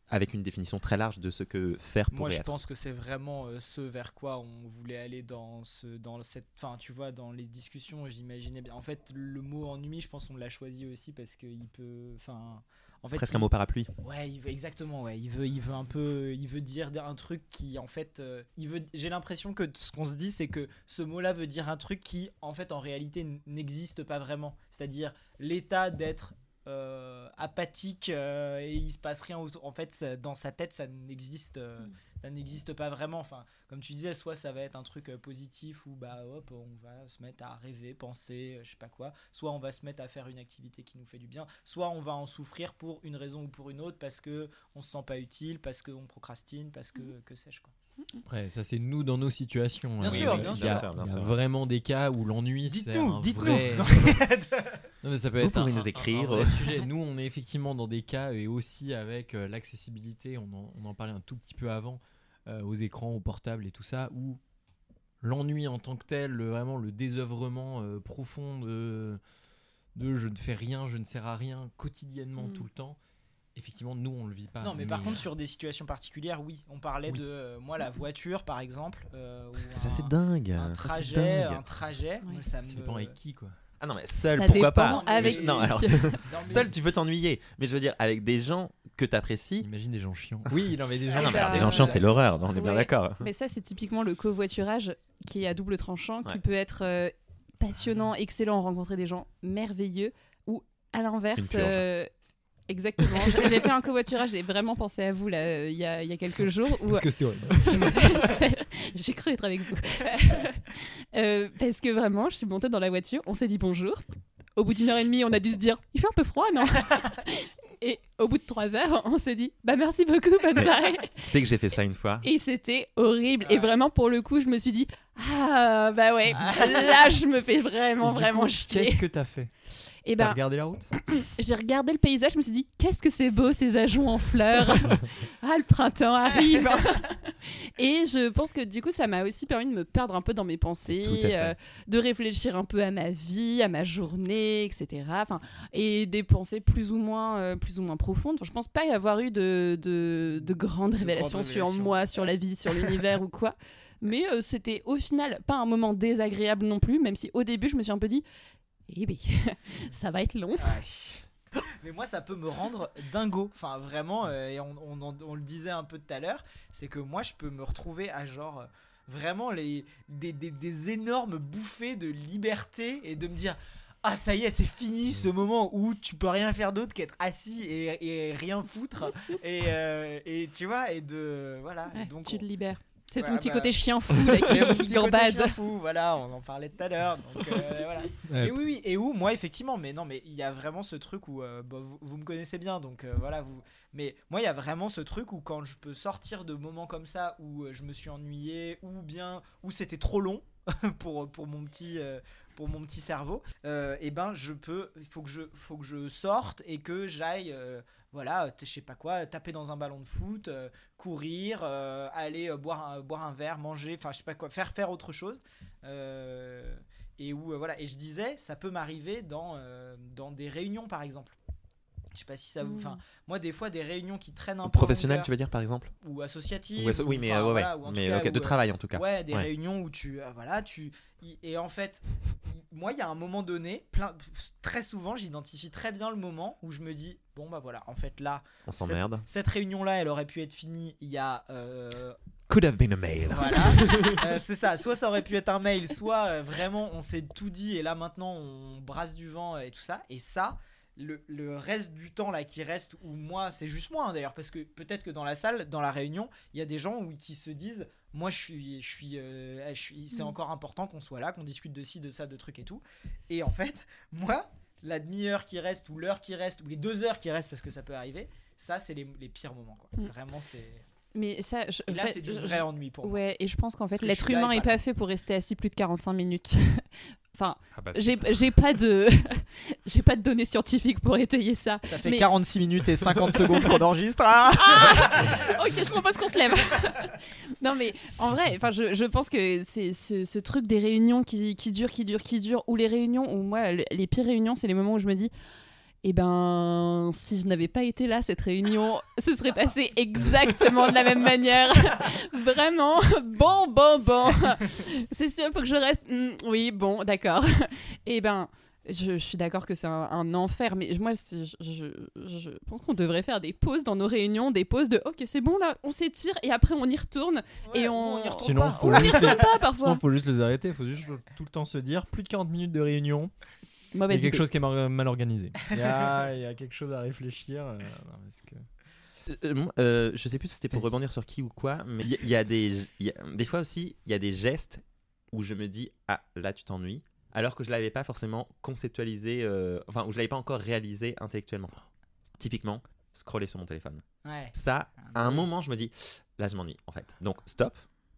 avec une définition très large de ce que faire pourrait Moi, je être. pense que c'est vraiment euh, ce vers quoi on voulait aller dans ce, dans cette, enfin, tu vois, dans les discussions. J'imaginais bien. En fait, le mot ennui, je pense qu'on l'a choisi aussi parce qu'il peut, enfin, en C'est fait, presque il- un mot parapluie. Ouais, il veut, exactement. Ouais, il veut, il veut un peu, il veut dire un truc qui, en fait, euh, il veut. J'ai l'impression que ce qu'on se dit, c'est que ce mot-là veut dire un truc qui, en fait, en réalité, n- n'existe pas vraiment. C'est-à-dire l'état d'être euh, apathique euh, et il se passe rien autour. En fait, ça- dans sa tête, ça n'existe, euh, ça n'existe pas vraiment. Enfin, comme tu disais, soit ça va être un truc euh, positif où bah hop, on va se mettre à rêver, penser, euh, je sais pas quoi. Soit on va se mettre à faire une activité qui nous fait du bien. Soit on va en souffrir pour une raison ou pour une autre parce que on se sent pas utile, parce qu'on procrastine, parce que que sais-je quoi. Après, ça c'est nous dans nos situations. Bien hein. sûr, Il y a- bien il y a, sûr, bien il y a sûr. vraiment des cas où l'ennui c'est Dites-nous, un dites-nous. vrai. Non. Non, mais ça peut Vous être un, pouvez nous un- écrire. un vrai sujet. Nous, on est effectivement dans des cas et aussi avec euh, l'accessibilité. On en, on en parlait un tout petit peu avant euh, aux écrans, aux portables et tout ça, où l'ennui en tant que tel, le- vraiment le désœuvrement euh, profond de, de je ne fais rien, je ne sers à rien quotidiennement Mm. tout le temps. Effectivement, nous, on le vit pas. Non, mais par euh, contre, sur des situations particulières, oui. On parlait Oui. de euh, moi la voiture, par exemple. euh, ou Ça un- c'est dingue. Un Ça, c'est trajet, dingue. un trajet. Ouais. moi, ça ça me. dépend avec qui, quoi. Ah non mais seul Ça pourquoi dépend pas. avec Mais- non qui. alors Non, mais seul tu peux t'ennuyer. Mais je veux dire avec des gens que t'apprécies. Imagine des gens chiants. Oui, non, mais des gens. Ah non mais alors, des bah, gens chiants c'est l'horreur. On est bien ouais. d'accord. Mais ça, c'est typiquement le covoiturage qui est à double tranchant, Ouais. qui peut être euh, passionnant, excellent, rencontrer des gens merveilleux, ou à Une l'inverse. purge. euh, Exactement. J'ai j'ai fait un covoiturage, j'ai vraiment pensé à vous là, euh, il y, a, il y a quelques jours. Où, Parce que c'était horrible. J'ai cru être avec vous. Euh, parce que vraiment, je suis montée dans la voiture, on s'est dit bonjour. Au bout d'une heure et demie, on a dû se dire il fait un peu froid, non? Et au bout de trois heures, on s'est dit bah merci beaucoup, bonne soirée. Tu sais que j'ai fait ça une fois. Et c'était horrible. Et Ouais. vraiment, pour le coup, je me suis dit ah bah ouais, là, je me fais vraiment, Et du vraiment coup, chier. Qu'est-ce que t'as fait? Et T'as ben, regardé la route? j'ai regardé le paysage, je me suis dit qu'est-ce que c'est beau ces ajoncs en fleurs. Ah, le printemps arrive. Et je pense que du coup, ça m'a aussi permis de me perdre un peu dans mes pensées, Tout à fait. euh, de réfléchir un peu à ma vie, à ma journée, et cetera. Enfin, et des pensées plus ou moins, euh, plus ou moins profondes. Enfin, je pense pas y avoir eu de, de, de grandes révélations sur révélations. moi, sur la vie, sur l'univers ou quoi. Mais euh, c'était au final pas un moment désagréable non plus, même si au début, je me suis un peu dit eh ben, ça va être long. Ouais. Mais moi, ça peut me rendre dingo. Enfin, vraiment, euh, et on, on, en- on le disait un peu tout à l'heure, c'est que moi, je peux me retrouver à genre euh, vraiment les, des, des, des énormes bouffées de liberté et de me dire ah, ça y est, c'est fini ce moment où tu peux rien faire d'autre qu'être assis et, et rien foutre. et, euh, et tu vois, et de. Voilà. Ouais, donc, tu on- te libères. C'est ton Ouais, petit bah. côté chien fou là, C'est un qui, qui petit côté gambade. chien fou, voilà, on en parlait tout à l'heure. Donc, euh, voilà. Ouais, Et oui, oui, et où moi effectivement, mais non, mais il y a vraiment ce truc où euh, bah, vous, vous me connaissez bien, donc euh, voilà, vous. Mais moi, il y a vraiment ce truc où quand je peux sortir de moments comme ça où euh, je me suis ennuyé, ou bien où c'était trop long pour pour mon petit euh, pour mon petit cerveau, euh, et ben je peux, il faut que je faut que je sorte et que j'aille. Euh, voilà, t- je sais pas quoi, taper dans un ballon de foot, euh, courir, euh, aller euh, boire, un, boire un verre, manger, enfin je sais pas quoi, faire faire autre chose. Euh, et où euh, voilà, et je disais, ça peut m'arriver dans euh, dans des réunions par exemple. Je sais pas si ça vous, enfin Mm. moi des fois des réunions qui traînent un peu en Professionnel longueur, tu veux dire par exemple? ou associatives, Ou asso- Oui mais enfin, euh, ouais, ouais. voilà, ou en tout Mais cas, ok, de où, euh, travail en tout cas. Ouais, des Ouais. réunions où tu euh, voilà, tu y- et en fait y- moi il y a un moment donné, plein très souvent, j'identifie très bien le moment où je me dis bon bah voilà, en fait là On cette, s'emmerde. cette réunion là, elle aurait pu être finie il y a euh, Could have been a mail. voilà. Euh, c'est ça, soit ça aurait pu être un mail, soit euh, vraiment on s'est tout dit et là maintenant on brasse du vent et tout ça. Et ça, le, le reste du temps là qui reste, où moi, c'est juste moi hein, d'ailleurs, parce que peut-être que dans la salle, dans la réunion, il y a des gens où, qui se disent moi je suis, je suis, euh, je suis c'est Mm. encore important qu'on soit là, qu'on discute de ci, de ça, de trucs et tout. Et en fait, moi, la demi-heure qui reste, ou l'heure qui reste, ou les deux heures qui restent, parce que ça peut arriver, ça c'est les, les pires moments quoi. Mm. Vraiment, c'est. Mais ça, je, Et là, en fait, c'est du je- vrai ennui pour moi. Ouais, et je pense qu'en fait, Parce que je l'être suis là humain et est pas pas là. fait pour rester assis plus de quarante-cinq minutes. Enfin, Ah bah, j'ai j'ai pas de j'ai pas de données scientifiques pour étayer ça. Ça fait Mais- quarante-six minutes et cinquante secondes qu'on enregistre. Ah Ah ok, je propose qu'on se lève. Non mais en vrai, enfin je, je pense que c'est ce, ce truc des réunions qui, qui durent, qui durent, qui durent, ou les réunions où moi le- les pires réunions, c'est les moments où je me dis Et ben, si je n'avais pas été là, cette réunion se serait passée exactement de la même manière. Vraiment, bon, bon, bon. C'est sûr, il faut que je reste. Mm, oui, bon, d'accord. Et ben, je, je suis d'accord que c'est un, un enfer, mais moi, je, je, je pense qu'on devrait faire des pauses dans nos réunions, des pauses de ok, c'est bon là, on s'étire et après on y retourne. Ouais, et ou on on y retourne Sinon, pas. faut on n'y juste retourne les- pas parfois. Sinon, faut juste les arrêter. Faut juste tout le temps se dire plus de quarante minutes de réunion. Il y Mauvaise a quelque idée. chose qui est mar- mal organisé. Il y, a, il y a quelque chose à réfléchir. euh, non, parce que... Euh, moi, euh, je sais plus si c'était pour Vas-y. rebondir sur qui ou quoi, mais il y, a- il y a des, il y a- des fois aussi, il y a des gestes où je me dis ah là tu t'ennuies, alors que je l'avais pas forcément conceptualisé, euh, enfin où je l'avais pas encore réalisé intellectuellement. Typiquement, scroller sur mon téléphone. Ouais. Ça, à un moment, je me dis là je m'ennuie en fait. Donc stop.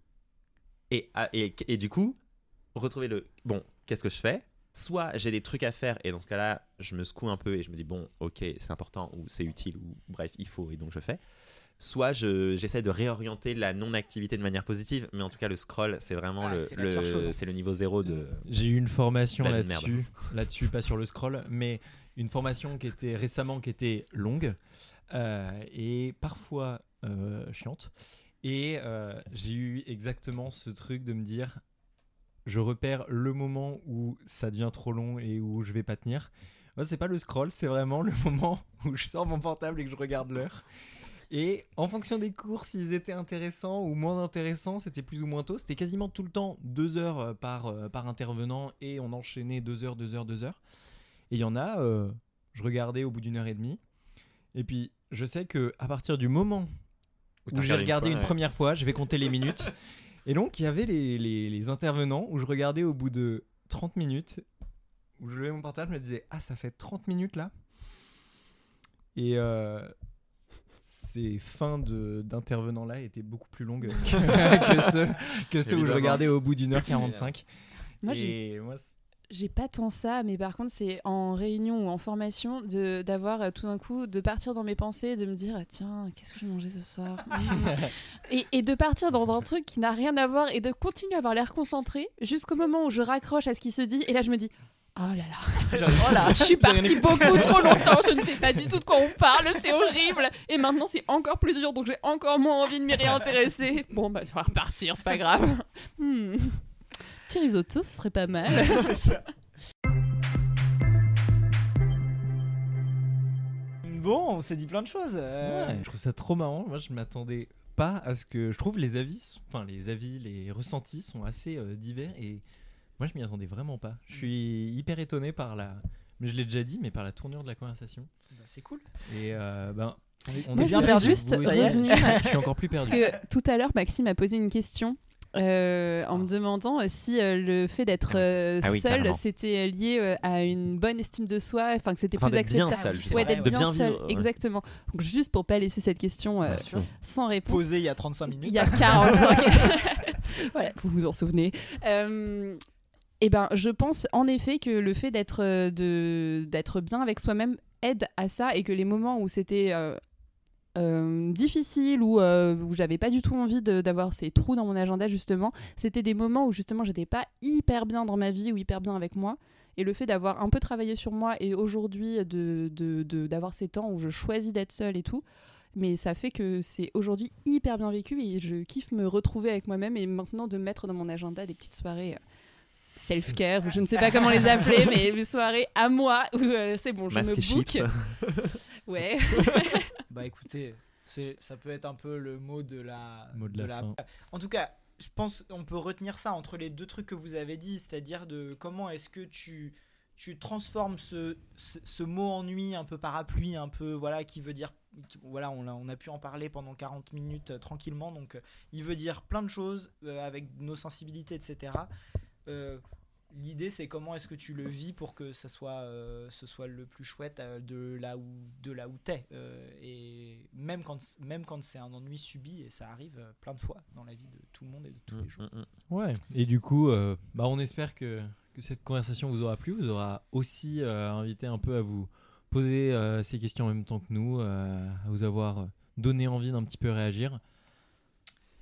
Et, ah, et, et du coup, retrouver le bon, qu'est-ce que je fais? Soit j'ai des trucs à faire et dans ce cas-là, je me secoue un peu et je me dis bon, ok, c'est important ou c'est utile ou bref, il faut et donc je fais. Soit je, j'essaie de réorienter la non-activité de manière positive, mais en tout cas, le scroll, c'est vraiment Ah, le, c'est la pire chose. le, c'est le niveau zéro de. J'ai eu une formation La vie de merde. là-dessus, là-dessus, pas sur le scroll, mais une formation qui était récemment qui était longue euh, et parfois euh, chiante. Et euh, j'ai eu exactement ce truc de me dire, je repère le moment où ça devient trop long et où je vais pas tenir. Moi, c'est pas le scroll, c'est vraiment le moment où je sors mon portable et que je regarde l'heure. Et en fonction des cours, s'ils étaient intéressants ou moins intéressants, c'était plus ou moins tôt. C'était quasiment tout le temps deux heures par, euh, par intervenant et on enchaînait deux heures, deux heures, deux heures. Et il y en a, euh, je regardais au bout d'une heure et demie. Et puis, je sais qu'à partir du moment Où où, t'as j'ai regardé une regardé fois, une, ouais. première fois, je vais compter les minutes. Et donc, il y avait les, les, les intervenants où je regardais au bout de trente minutes, où je levais mon portable, je me disais, ah, ça fait trente minutes là. Et euh, ces fins de, d'intervenants là étaient beaucoup plus longues que, que ceux, que ceux où je Évidemment. regardais au bout d'une heure quarante-cinq. Moi, j'ai Et moi, c'est- J'ai pas tant ça, mais par contre, c'est en réunion ou en formation de, d'avoir euh, tout d'un coup, de partir dans mes pensées, de me dire ah, tiens, qu'est-ce que je vais manger ce soir Mmh. et, et de partir dans un truc qui n'a rien à voir et de continuer à avoir l'air concentré jusqu'au moment où je raccroche à ce qui se dit. Et là, je me dis oh là là, oh là, je suis partie beaucoup trop longtemps, je ne sais pas du tout de quoi on parle, c'est horrible. Et maintenant, c'est encore plus dur, donc j'ai encore moins envie de m'y réintéresser. Bon, bah, je vais repartir, c'est pas grave. Hmm. Petit risotto, ce serait pas mal. C'est ça. Bon, on s'est dit plein de choses. euh, ouais, je trouve ça trop marrant. Moi, je m'attendais pas à ce que. Je trouve les avis, enfin les avis, les ressentis sont assez euh, divers et moi, je m'y attendais vraiment pas. Je suis hyper étonné par la. Mais je l'ai déjà dit, mais par la tournure de la conversation. bah, c'est cool. Et euh, ben, on Moi, est je bien voudrais perdu, juste vous ça y est. aussi. revenir. Je suis encore plus Parce perdu. que tout à l'heure, Maxime a posé une question euh, en me demandant si euh, le fait d'être euh, Ah oui, seul, carrément. c'était lié euh, à une bonne estime de soi, enfin que c'était Enfin, plus d'être bien acceptable. seul, ouais, justement. d'être De bien, bien seul, vivre, ouais. exactement. Donc juste pour pas laisser cette question euh, Bien sûr. sans réponse. Posé il y a trente-cinq minutes. Il y a quarante-cinq. Voilà, vous vous en souvenez. Euh, eh ben, je pense en effet que le fait d'être euh, de d'être bien avec soi-même aide à ça et que les moments où c'était euh, euh, difficile ou euh, où j'avais pas du tout envie de- d'avoir ces trous dans mon agenda justement, c'était des moments où justement j'étais pas hyper bien dans ma vie ou hyper bien avec moi. Et le fait d'avoir un peu travaillé sur moi et aujourd'hui de, de, de- d'avoir ces temps où je choisis d'être seule et tout, mais ça fait que c'est aujourd'hui hyper bien vécu et je kiffe me retrouver avec moi-même et maintenant de mettre dans mon agenda des petites soirées euh, self-care, ou je ne sais pas comment les appeler, mais des soirées à moi où euh, c'est bon, je Masque et me chips. book. Ouais. Bah écoutez, c'est, ça peut être un peu le mot de la. Mot de la fin. En tout cas, je pense qu'on peut retenir ça entre les deux trucs que vous avez dit, c'est-à-dire de comment est-ce que tu, tu transformes ce, ce, ce mot ennui un peu parapluie, un peu voilà, qui veut dire, qui- voilà, on a, on a pu en parler pendant quarante minutes euh, tranquillement, donc euh, il veut dire plein de choses euh, avec nos sensibilités, et cetera. Euh, L'idée, c'est comment est-ce que tu le vis pour que ça soit, euh, ce soit le plus chouette euh, de là où, de là où t'es. Euh, et même quand, même quand c'est un ennui subi, et ça arrive euh, plein de fois dans la vie de tout le monde et de tous les jours. Mm, mm, mm. Ouais. Et du coup, euh, bah, on espère que, que cette conversation vous aura plu, vous aura aussi euh, invité un peu à vous poser euh, ces questions en même temps que nous, euh, à vous avoir donné envie d'un petit peu réagir.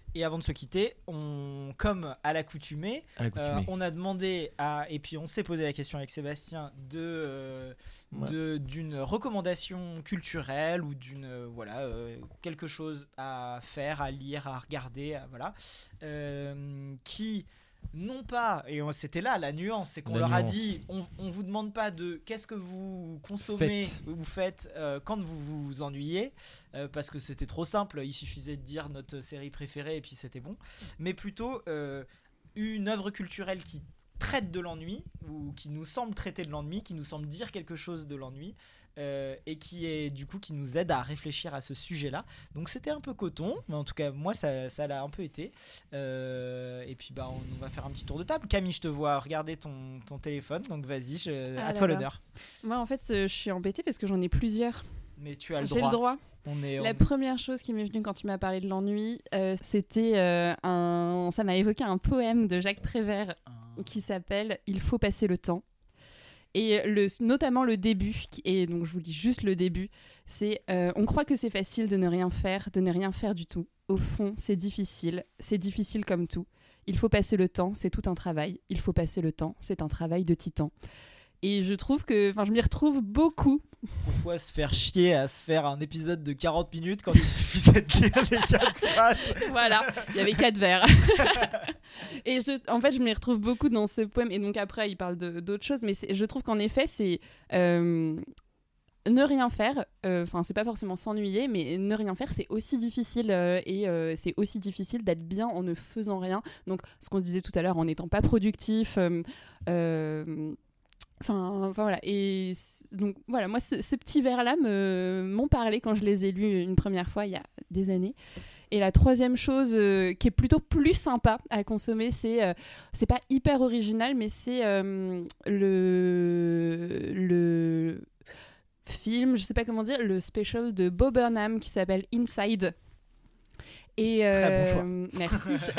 Et avant de se quitter, on, comme à l'accoutumée, À l'accoutumée. euh, on a demandé à, et puis on s'est posé la question avec Sébastien de, euh, Ouais. de d'une recommandation culturelle ou d'une euh, voilà euh, quelque chose à faire, à lire, à regarder, à- voilà, euh, qui non pas, et on- c'était là la nuance, c'est qu'on La leur a nuance. dit, on, on vous demande pas de qu'est-ce que vous consommez, Faites. vous faites euh, quand vous vous ennuyez, euh, parce que c'était trop simple, il suffisait de dire notre série préférée et puis c'était bon, mais plutôt euh, une œuvre culturelle qui traite de l'ennui ou qui nous semble traiter de l'ennui, qui nous semble dire quelque chose de l'ennui. euh, et qui est du coup qui nous aide à réfléchir à ce sujet-là. Donc c'était un peu coton, mais en tout cas moi ça, ça l'a un peu été. Euh, et puis bah on, on va faire un petit tour de table. Camille, je te vois regarder ton, ton téléphone, donc vas-y, je- Ah à toi là là. l'honneur. Moi, en fait, euh, je suis embêtée parce que j'en ai plusieurs. Mais tu as le J'ai droit. le droit. On est, La on- première chose qui m'est venue quand tu m'as parlé de l'ennui, euh, c'était euh, un. Ça m'a évoqué un poème de Jacques Prévert qui s'appelle Il faut passer le temps. Et le, notamment le début, qui- et donc je vous lis juste le début, c'est euh, on croit que c'est facile de ne rien faire, de ne rien faire du tout. Au fond, c'est difficile, c'est difficile comme tout. Il faut passer le temps, c'est tout un travail. Il faut passer le temps, c'est un travail de titan. Et je trouve que, enfin, je m'y retrouve beaucoup. Pourquoi se faire chier à se faire un épisode de quarante minutes quand il suffisait de lire les quatre phrases? Voilà, il y avait quatre vers. Et je, en fait, je m'y retrouve beaucoup dans ce poème. Et donc après, il parle de- d'autres choses. Mais c'est- je trouve qu'en effet, c'est euh, ne rien faire. Enfin, c'est pas forcément s'ennuyer, mais ne rien faire, c'est aussi difficile. euh, et euh, c'est aussi difficile d'être bien en ne faisant rien. Donc, ce qu'on disait tout à l'heure, en n'étant pas productif. euh, euh, Enfin, enfin voilà. Et c- donc voilà, moi, ce, ce petit vers-là me, m'ont parlé quand je les ai lus une première fois il y a des années. Et la troisième chose euh, qui est plutôt plus sympa à consommer, c'est euh, c'est pas hyper original, mais c'est euh, le le film, je sais pas comment dire, le special de Bo Burnham qui s'appelle Inside. Et Très bon choix. euh, merci.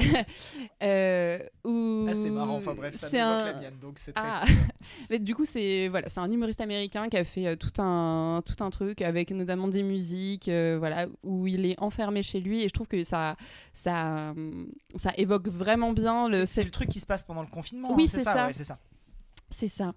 Euh, où Ah, c'est marrant, enfin bref, ça c'est m'évoque un- la mienne, donc c'est très Ah. stylé. Mais du coup, c'est voilà, c'est un humoriste américain qui a fait euh, tout un tout un truc avec notamment des musiques, euh, voilà, où il est enfermé chez lui. Et je trouve que ça ça hum, ça évoque vraiment bien le. C'est- C'est le truc qui se passe pendant le confinement. Oui, hein, c'est ça. ouais, c'est ça. C'est ça.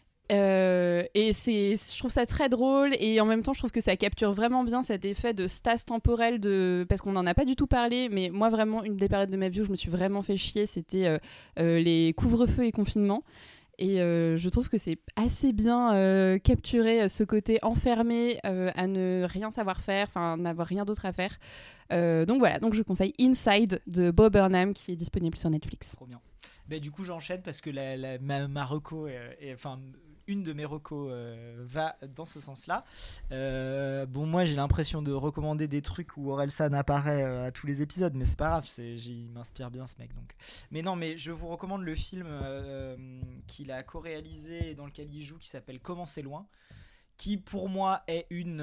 Euh, et c'est, je trouve ça très drôle et en même temps je trouve que ça capture vraiment bien cet effet de stase temporelle de, parce qu'on n'en a pas du tout parlé, mais moi vraiment une des périodes de ma vie où je me suis vraiment fait chier, c'était euh, euh, les couvre-feux et confinements. Et euh, je trouve que c'est assez bien euh, capturé euh, ce côté enfermé euh, à ne rien savoir faire, enfin n'avoir rien d'autre à faire. Euh, donc voilà, donc je conseille Inside de Bo Burnham qui est disponible sur Netflix. Trop bien. Bah, du coup, j'enchaîne parce que la, la- ma, ma reco, euh, est- enfin, une de mes recos euh, va dans ce sens-là. Euh, bon, moi, j'ai l'impression de recommander des trucs où Orelsan apparaît euh, à tous les épisodes, mais c'est pas grave, c'est, j'ai- il m'inspire bien ce mec. Donc. Mais non, mais je vous recommande le film euh, qu'il a co-réalisé et dans lequel il joue, qui s'appelle Comment c'est loin, qui pour moi est une,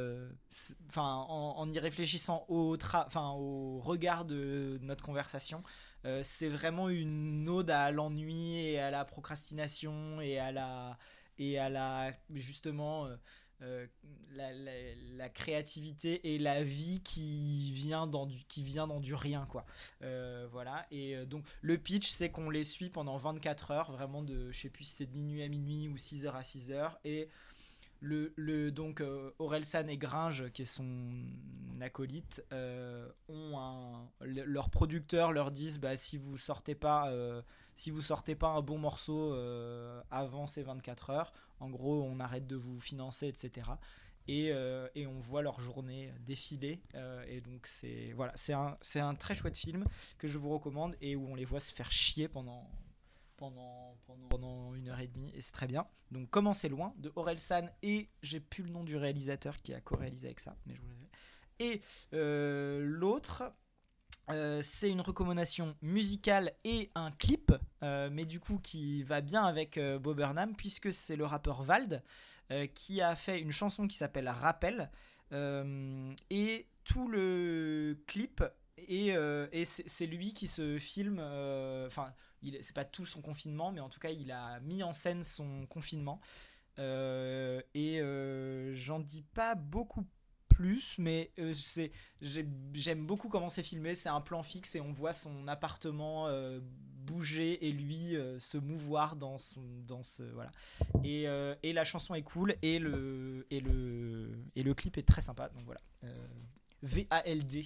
enfin, en, en y réfléchissant au, tra- enfin, au regard de notre conversation. Euh, c'est vraiment une ode à l'ennui et à la procrastination et à la et à la justement euh, euh, la, la, la créativité et la vie qui vient dans du qui vient dans du rien quoi. Euh, voilà et euh, donc le pitch c'est qu'on les suit pendant vingt-quatre heures vraiment de je sais plus si c'est de minuit à minuit ou six heures à six heures et Le, le, donc euh, Orelsan et Gringe, qui est son acolyte, euh, ont un, le, leurs producteurs leur disent bah, si vous sortez pas, euh, si vous sortez pas un bon morceau euh, avant ces vingt-quatre heures, en gros on arrête de vous financer, et cetera. Et, euh, et on voit leur journée défiler. Euh, et donc c'est voilà, c'est un, c'est un très chouette film que je vous recommande et où on les voit se faire chier pendant. Pendant, pendant, pendant une heure et demie et c'est très bien. Donc Comment c'est loin de Orelsan et j'ai plus le nom du réalisateur qui a co-réalisé avec ça mais je vous le dirai. Et euh, l'autre euh, c'est une recommandation musicale et un clip euh, mais du coup qui va bien avec euh, Bo Burnham puisque c'est le rappeur Vald euh, qui a fait une chanson qui s'appelle Rappel euh, et tout le clip et, euh, et c'est, c'est lui qui se filme enfin euh, Il, c'est pas tout son confinement, mais en tout cas, il a mis en scène son confinement. Euh, et euh, j'en dis pas beaucoup plus, mais euh, c'est, j'ai- j'aime beaucoup comment c'est filmé. C'est un plan fixe et on voit son appartement euh, bouger et lui euh, se mouvoir dans son, dans ce voilà. Et, euh, et la chanson est cool et le et le et le clip est très sympa. Donc voilà. Euh, V A L D.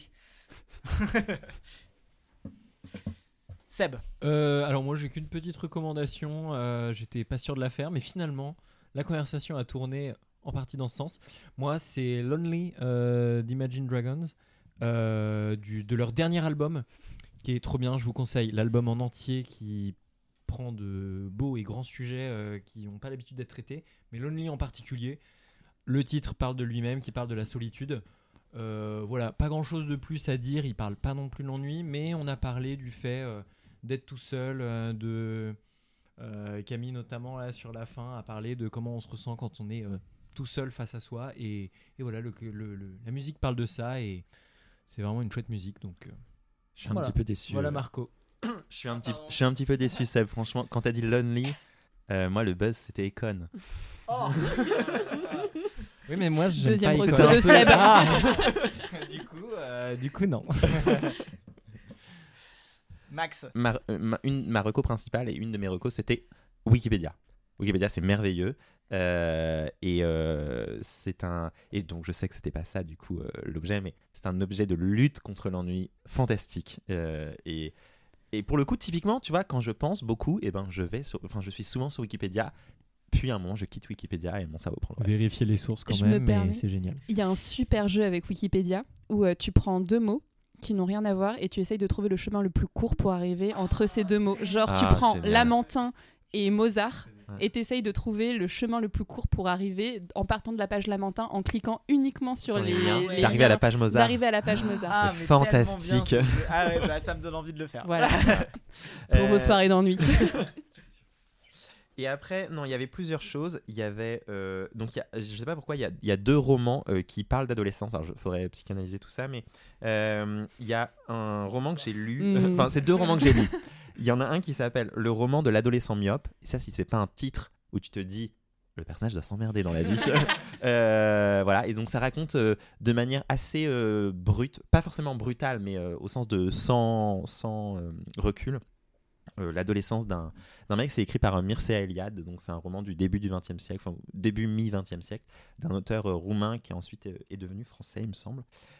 Seb. Euh, alors moi j'ai qu'une petite recommandation, euh, j'étais pas sûr de la faire mais finalement la conversation a tourné en partie dans ce sens. Moi c'est Lonely euh, d'Imagine Dragons, euh, du, de leur dernier album qui est trop bien, je vous conseille l'album en entier qui prend de beaux et grands sujets euh, qui n'ont pas l'habitude d'être traités, mais Lonely en particulier. Le titre parle de lui-même, qui parle de la solitude. Euh, voilà, pas grand chose de plus à dire, il parle pas non plus de l'ennui, mais on a parlé du fait euh, d'être tout seul, euh, de euh, Camille notamment là sur la fin a parlé de comment on se ressent quand on est euh, tout seul face à soi, et, et voilà, le, le, le, la musique parle de ça et c'est vraiment une chouette musique, donc euh, Je suis un voilà. petit peu déçu. Voilà euh. Marco. Je suis un petit, je suis un petit peu déçu, Seb. Franchement, quand t'as dit Lonely, euh, moi le buzz c'était Econ. Oh. Oui mais moi j'aime Deuxième pas reco Econ. de Seb. Ah du coup, euh, du coup non. Max. Ma, euh, ma, une, ma reco principale et une de mes recos c'était Wikipédia. Wikipédia c'est merveilleux. Euh, et euh, c'est un et donc je sais que c'était pas ça du coup euh, l'objet, mais c'est un objet de lutte contre l'ennui fantastique. Euh, et et pour le coup typiquement tu vois quand je pense beaucoup et eh ben je vais sur enfin je suis souvent sur Wikipédia, puis à un moment je quitte Wikipédia et mon cerveau prend le relais. Vérifier les sources quand Je même, me permets. mais c'est génial. Il y a un super jeu avec Wikipédia où euh, tu prends deux mots qui n'ont rien à voir et tu essayes de trouver le chemin le plus court pour arriver entre ces deux mots. Genre tu Ah, prends génial. Lamentin et Mozart Ouais. et tu essayes de trouver le chemin le plus court pour arriver en partant de la page Lamentin, en cliquant uniquement sur, Sur les, les liens. les D'arriver à la liens, page Mozart. d'arriver à la page Mozart. Ah, C'est mais fantastique. tellement bien, ce jeu. Ah ouais, bah, ça me donne envie de le faire. Voilà. Pour Euh, vos soirées d'ennui. Et après, non, il y avait plusieurs choses. Il y avait, euh, donc, il y a, je sais pas pourquoi, il y a, il y a deux romans euh, qui parlent d'adolescence. Alors, il faudrait psychanalyser tout ça, mais euh, il y a un roman que j'ai lu. Mm. Enfin, c'est deux romans que j'ai lus. Il y en a un qui s'appelle Le roman de l'adolescent myope. Et ça, si c'est pas un titre où tu te dis le personnage doit s'emmerder dans la vie. euh, voilà. Et donc, ça raconte euh, de manière assez euh, brute, pas forcément brutale, mais euh, au sens de sans, sans euh, recul. Euh, l'adolescence d'un, d'un mec, c'est écrit par euh, Mircea Eliade, donc c'est un roman du début du vingtième siècle, enfin début mi-vingtième siècle, d'un auteur euh, roumain qui ensuite est, est devenu français, il me semble.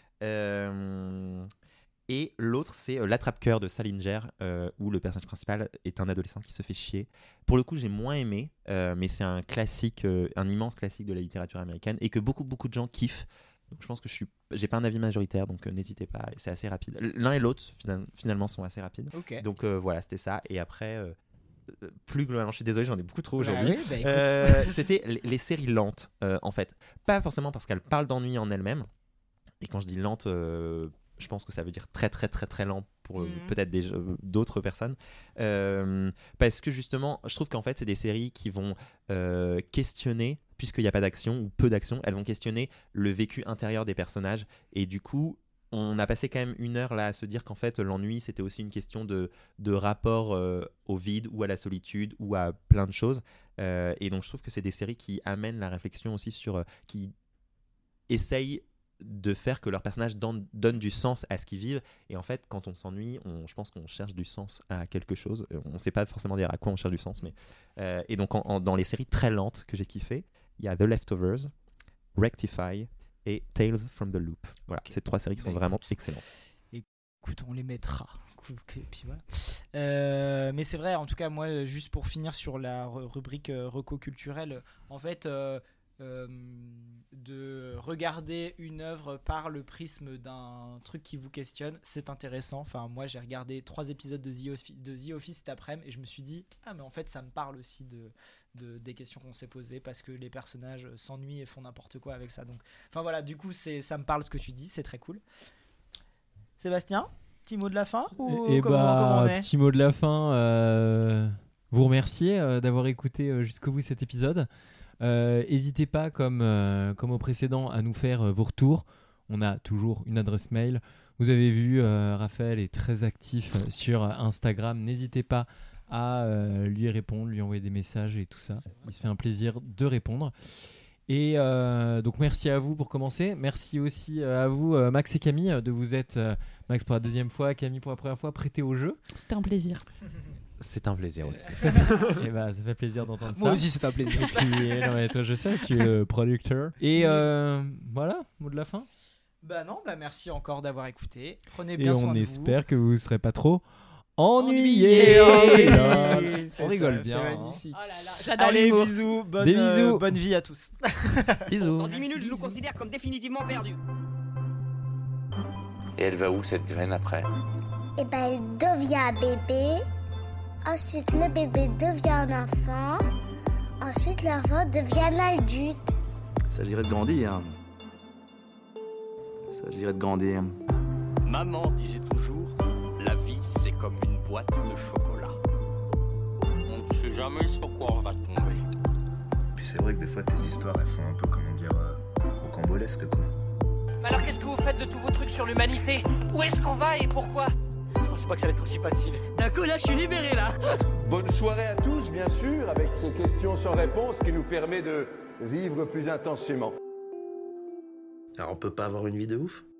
Euh, et l'autre, c'est euh, L'attrape-cœur de Salinger, euh, où le personnage principal est un adolescent qui se fait chier. Pour le coup, j'ai moins aimé, euh, mais c'est un classique, euh, un immense classique de la littérature américaine, et que beaucoup, beaucoup de gens kiffent. Donc je pense que je suis, j'ai pas un avis majoritaire, donc euh, n'hésitez pas, c'est assez rapide. L'un et l'autre final- finalement sont assez rapides. Ok. Donc euh, voilà, c'était ça. Et après, euh, euh, plus globalement, je suis désolé, j'en ai beaucoup trop Bah aujourd'hui. oui, bah écoute. Euh, c'était les, les séries lentes, euh, en fait. Pas forcément parce qu'elles parlent d'ennui en elles-mêmes. Et quand je dis lente, euh, je pense que ça veut dire très très très très lent pour euh, Mhm. peut-être des, euh, d'autres personnes. Euh, parce que justement, je trouve qu'en fait, c'est des séries qui vont euh, questionner, puisqu'il n'y a pas d'action ou peu d'action, elles vont questionner le vécu intérieur des personnages. Et du coup, on a passé quand même une heure là à se dire qu'en fait, l'ennui, c'était aussi une question de, de rapport euh, au vide ou à la solitude ou à plein de choses. Euh, et donc, je trouve que c'est des séries qui amènent la réflexion aussi sur... euh, qui essayent de faire que leurs personnages don- donnent du sens à ce qu'ils vivent. Et en fait, quand on s'ennuie, on, je pense qu'on cherche du sens à quelque chose. Euh, On ne sait pas forcément dire à quoi on cherche du sens. Mais, euh, et donc, en, en- dans les séries très lentes que j'ai kiffées, il y a The Leftovers, Rectify et Tales from the Loop. Voilà, Ok. ces trois séries qui sont Bah, vraiment écoute. excellentes. Écoute, on les mettra. Et puis voilà. Euh, mais c'est vrai, en tout cas, moi, juste pour finir sur la ru- rubrique euh, reco culturelle, en fait, euh, euh, de regarder une œuvre par le prisme d'un truc qui vous questionne, c'est intéressant. Enfin, moi, j'ai regardé trois épisodes de The Office, de The Office cet après-midi et je me suis dit, ah, mais en fait, ça me parle aussi de, de des questions qu'on s'est posées parce que les personnages s'ennuient et font n'importe quoi avec ça. Donc, enfin voilà, du coup, c'est, ça me parle ce que tu dis, c'est très cool. Sébastien, petit mot de la fin ou Et comment, bah, comment on est petit mot de la fin. Euh, vous remercier euh, d'avoir écouté euh, jusqu'au bout cet épisode. N'hésitez pas, comme, euh, comme au précédent, à nous faire euh, vos retours. On a toujours une adresse mail. Vous avez vu, euh, Raphaël est très actif euh, sur Instagram. N'hésitez pas à euh, lui répondre, lui envoyer des messages et tout ça. Il se fait un plaisir de répondre. Et euh, donc merci à vous pour commencer. Merci aussi euh, à vous euh, Max et Camille de vous être euh, Max pour la deuxième fois, Camille pour la première fois prêté au jeu. C'était un plaisir. C'est un plaisir aussi. Et bah ça fait plaisir d'entendre Moi ça. aussi, c'est un plaisir. Et puis, non, mais toi je sais, tu es le producteur. Et euh, voilà, mot de la fin. Bah non, bah merci encore d'avoir écouté. Prenez Et bien soin on de espère vous. que vous ne serez pas trop ennuyés. Ennuyés. Là, C'est on ça, rigole c'est bien. hein. magnifique. Oh là là, j'adore Allez, l'humour. bisous, bonne, Des bisous. euh, bonne vie à tous. Bisous. Dans dix minutes, je nous considère comme définitivement perdus. Et elle va où cette graine après? Et ben, elle devient bébé. Ensuite, le bébé devient un enfant. Ensuite, l'enfant devient un adulte. Il s'agirait de grandir. Il s'agirait de grandir. Maman disait toujours, la vie c'est comme une boîte de chocolat. On ne sait jamais sur quoi on va tomber. Puis c'est vrai que des fois tes histoires elles sont un peu, comment dire, euh, rocambolesques quoi. Mais alors qu'est-ce que vous faites de tous vos trucs sur l'humanité? Où est-ce qu'on va et pourquoi? Je pensais pas que ça allait être aussi facile. D'un coup là, je suis libéré là. Bonne soirée à tous, bien sûr, avec ces questions sans réponse qui nous permet de vivre plus intensément. Alors on peut pas avoir une vie de ouf?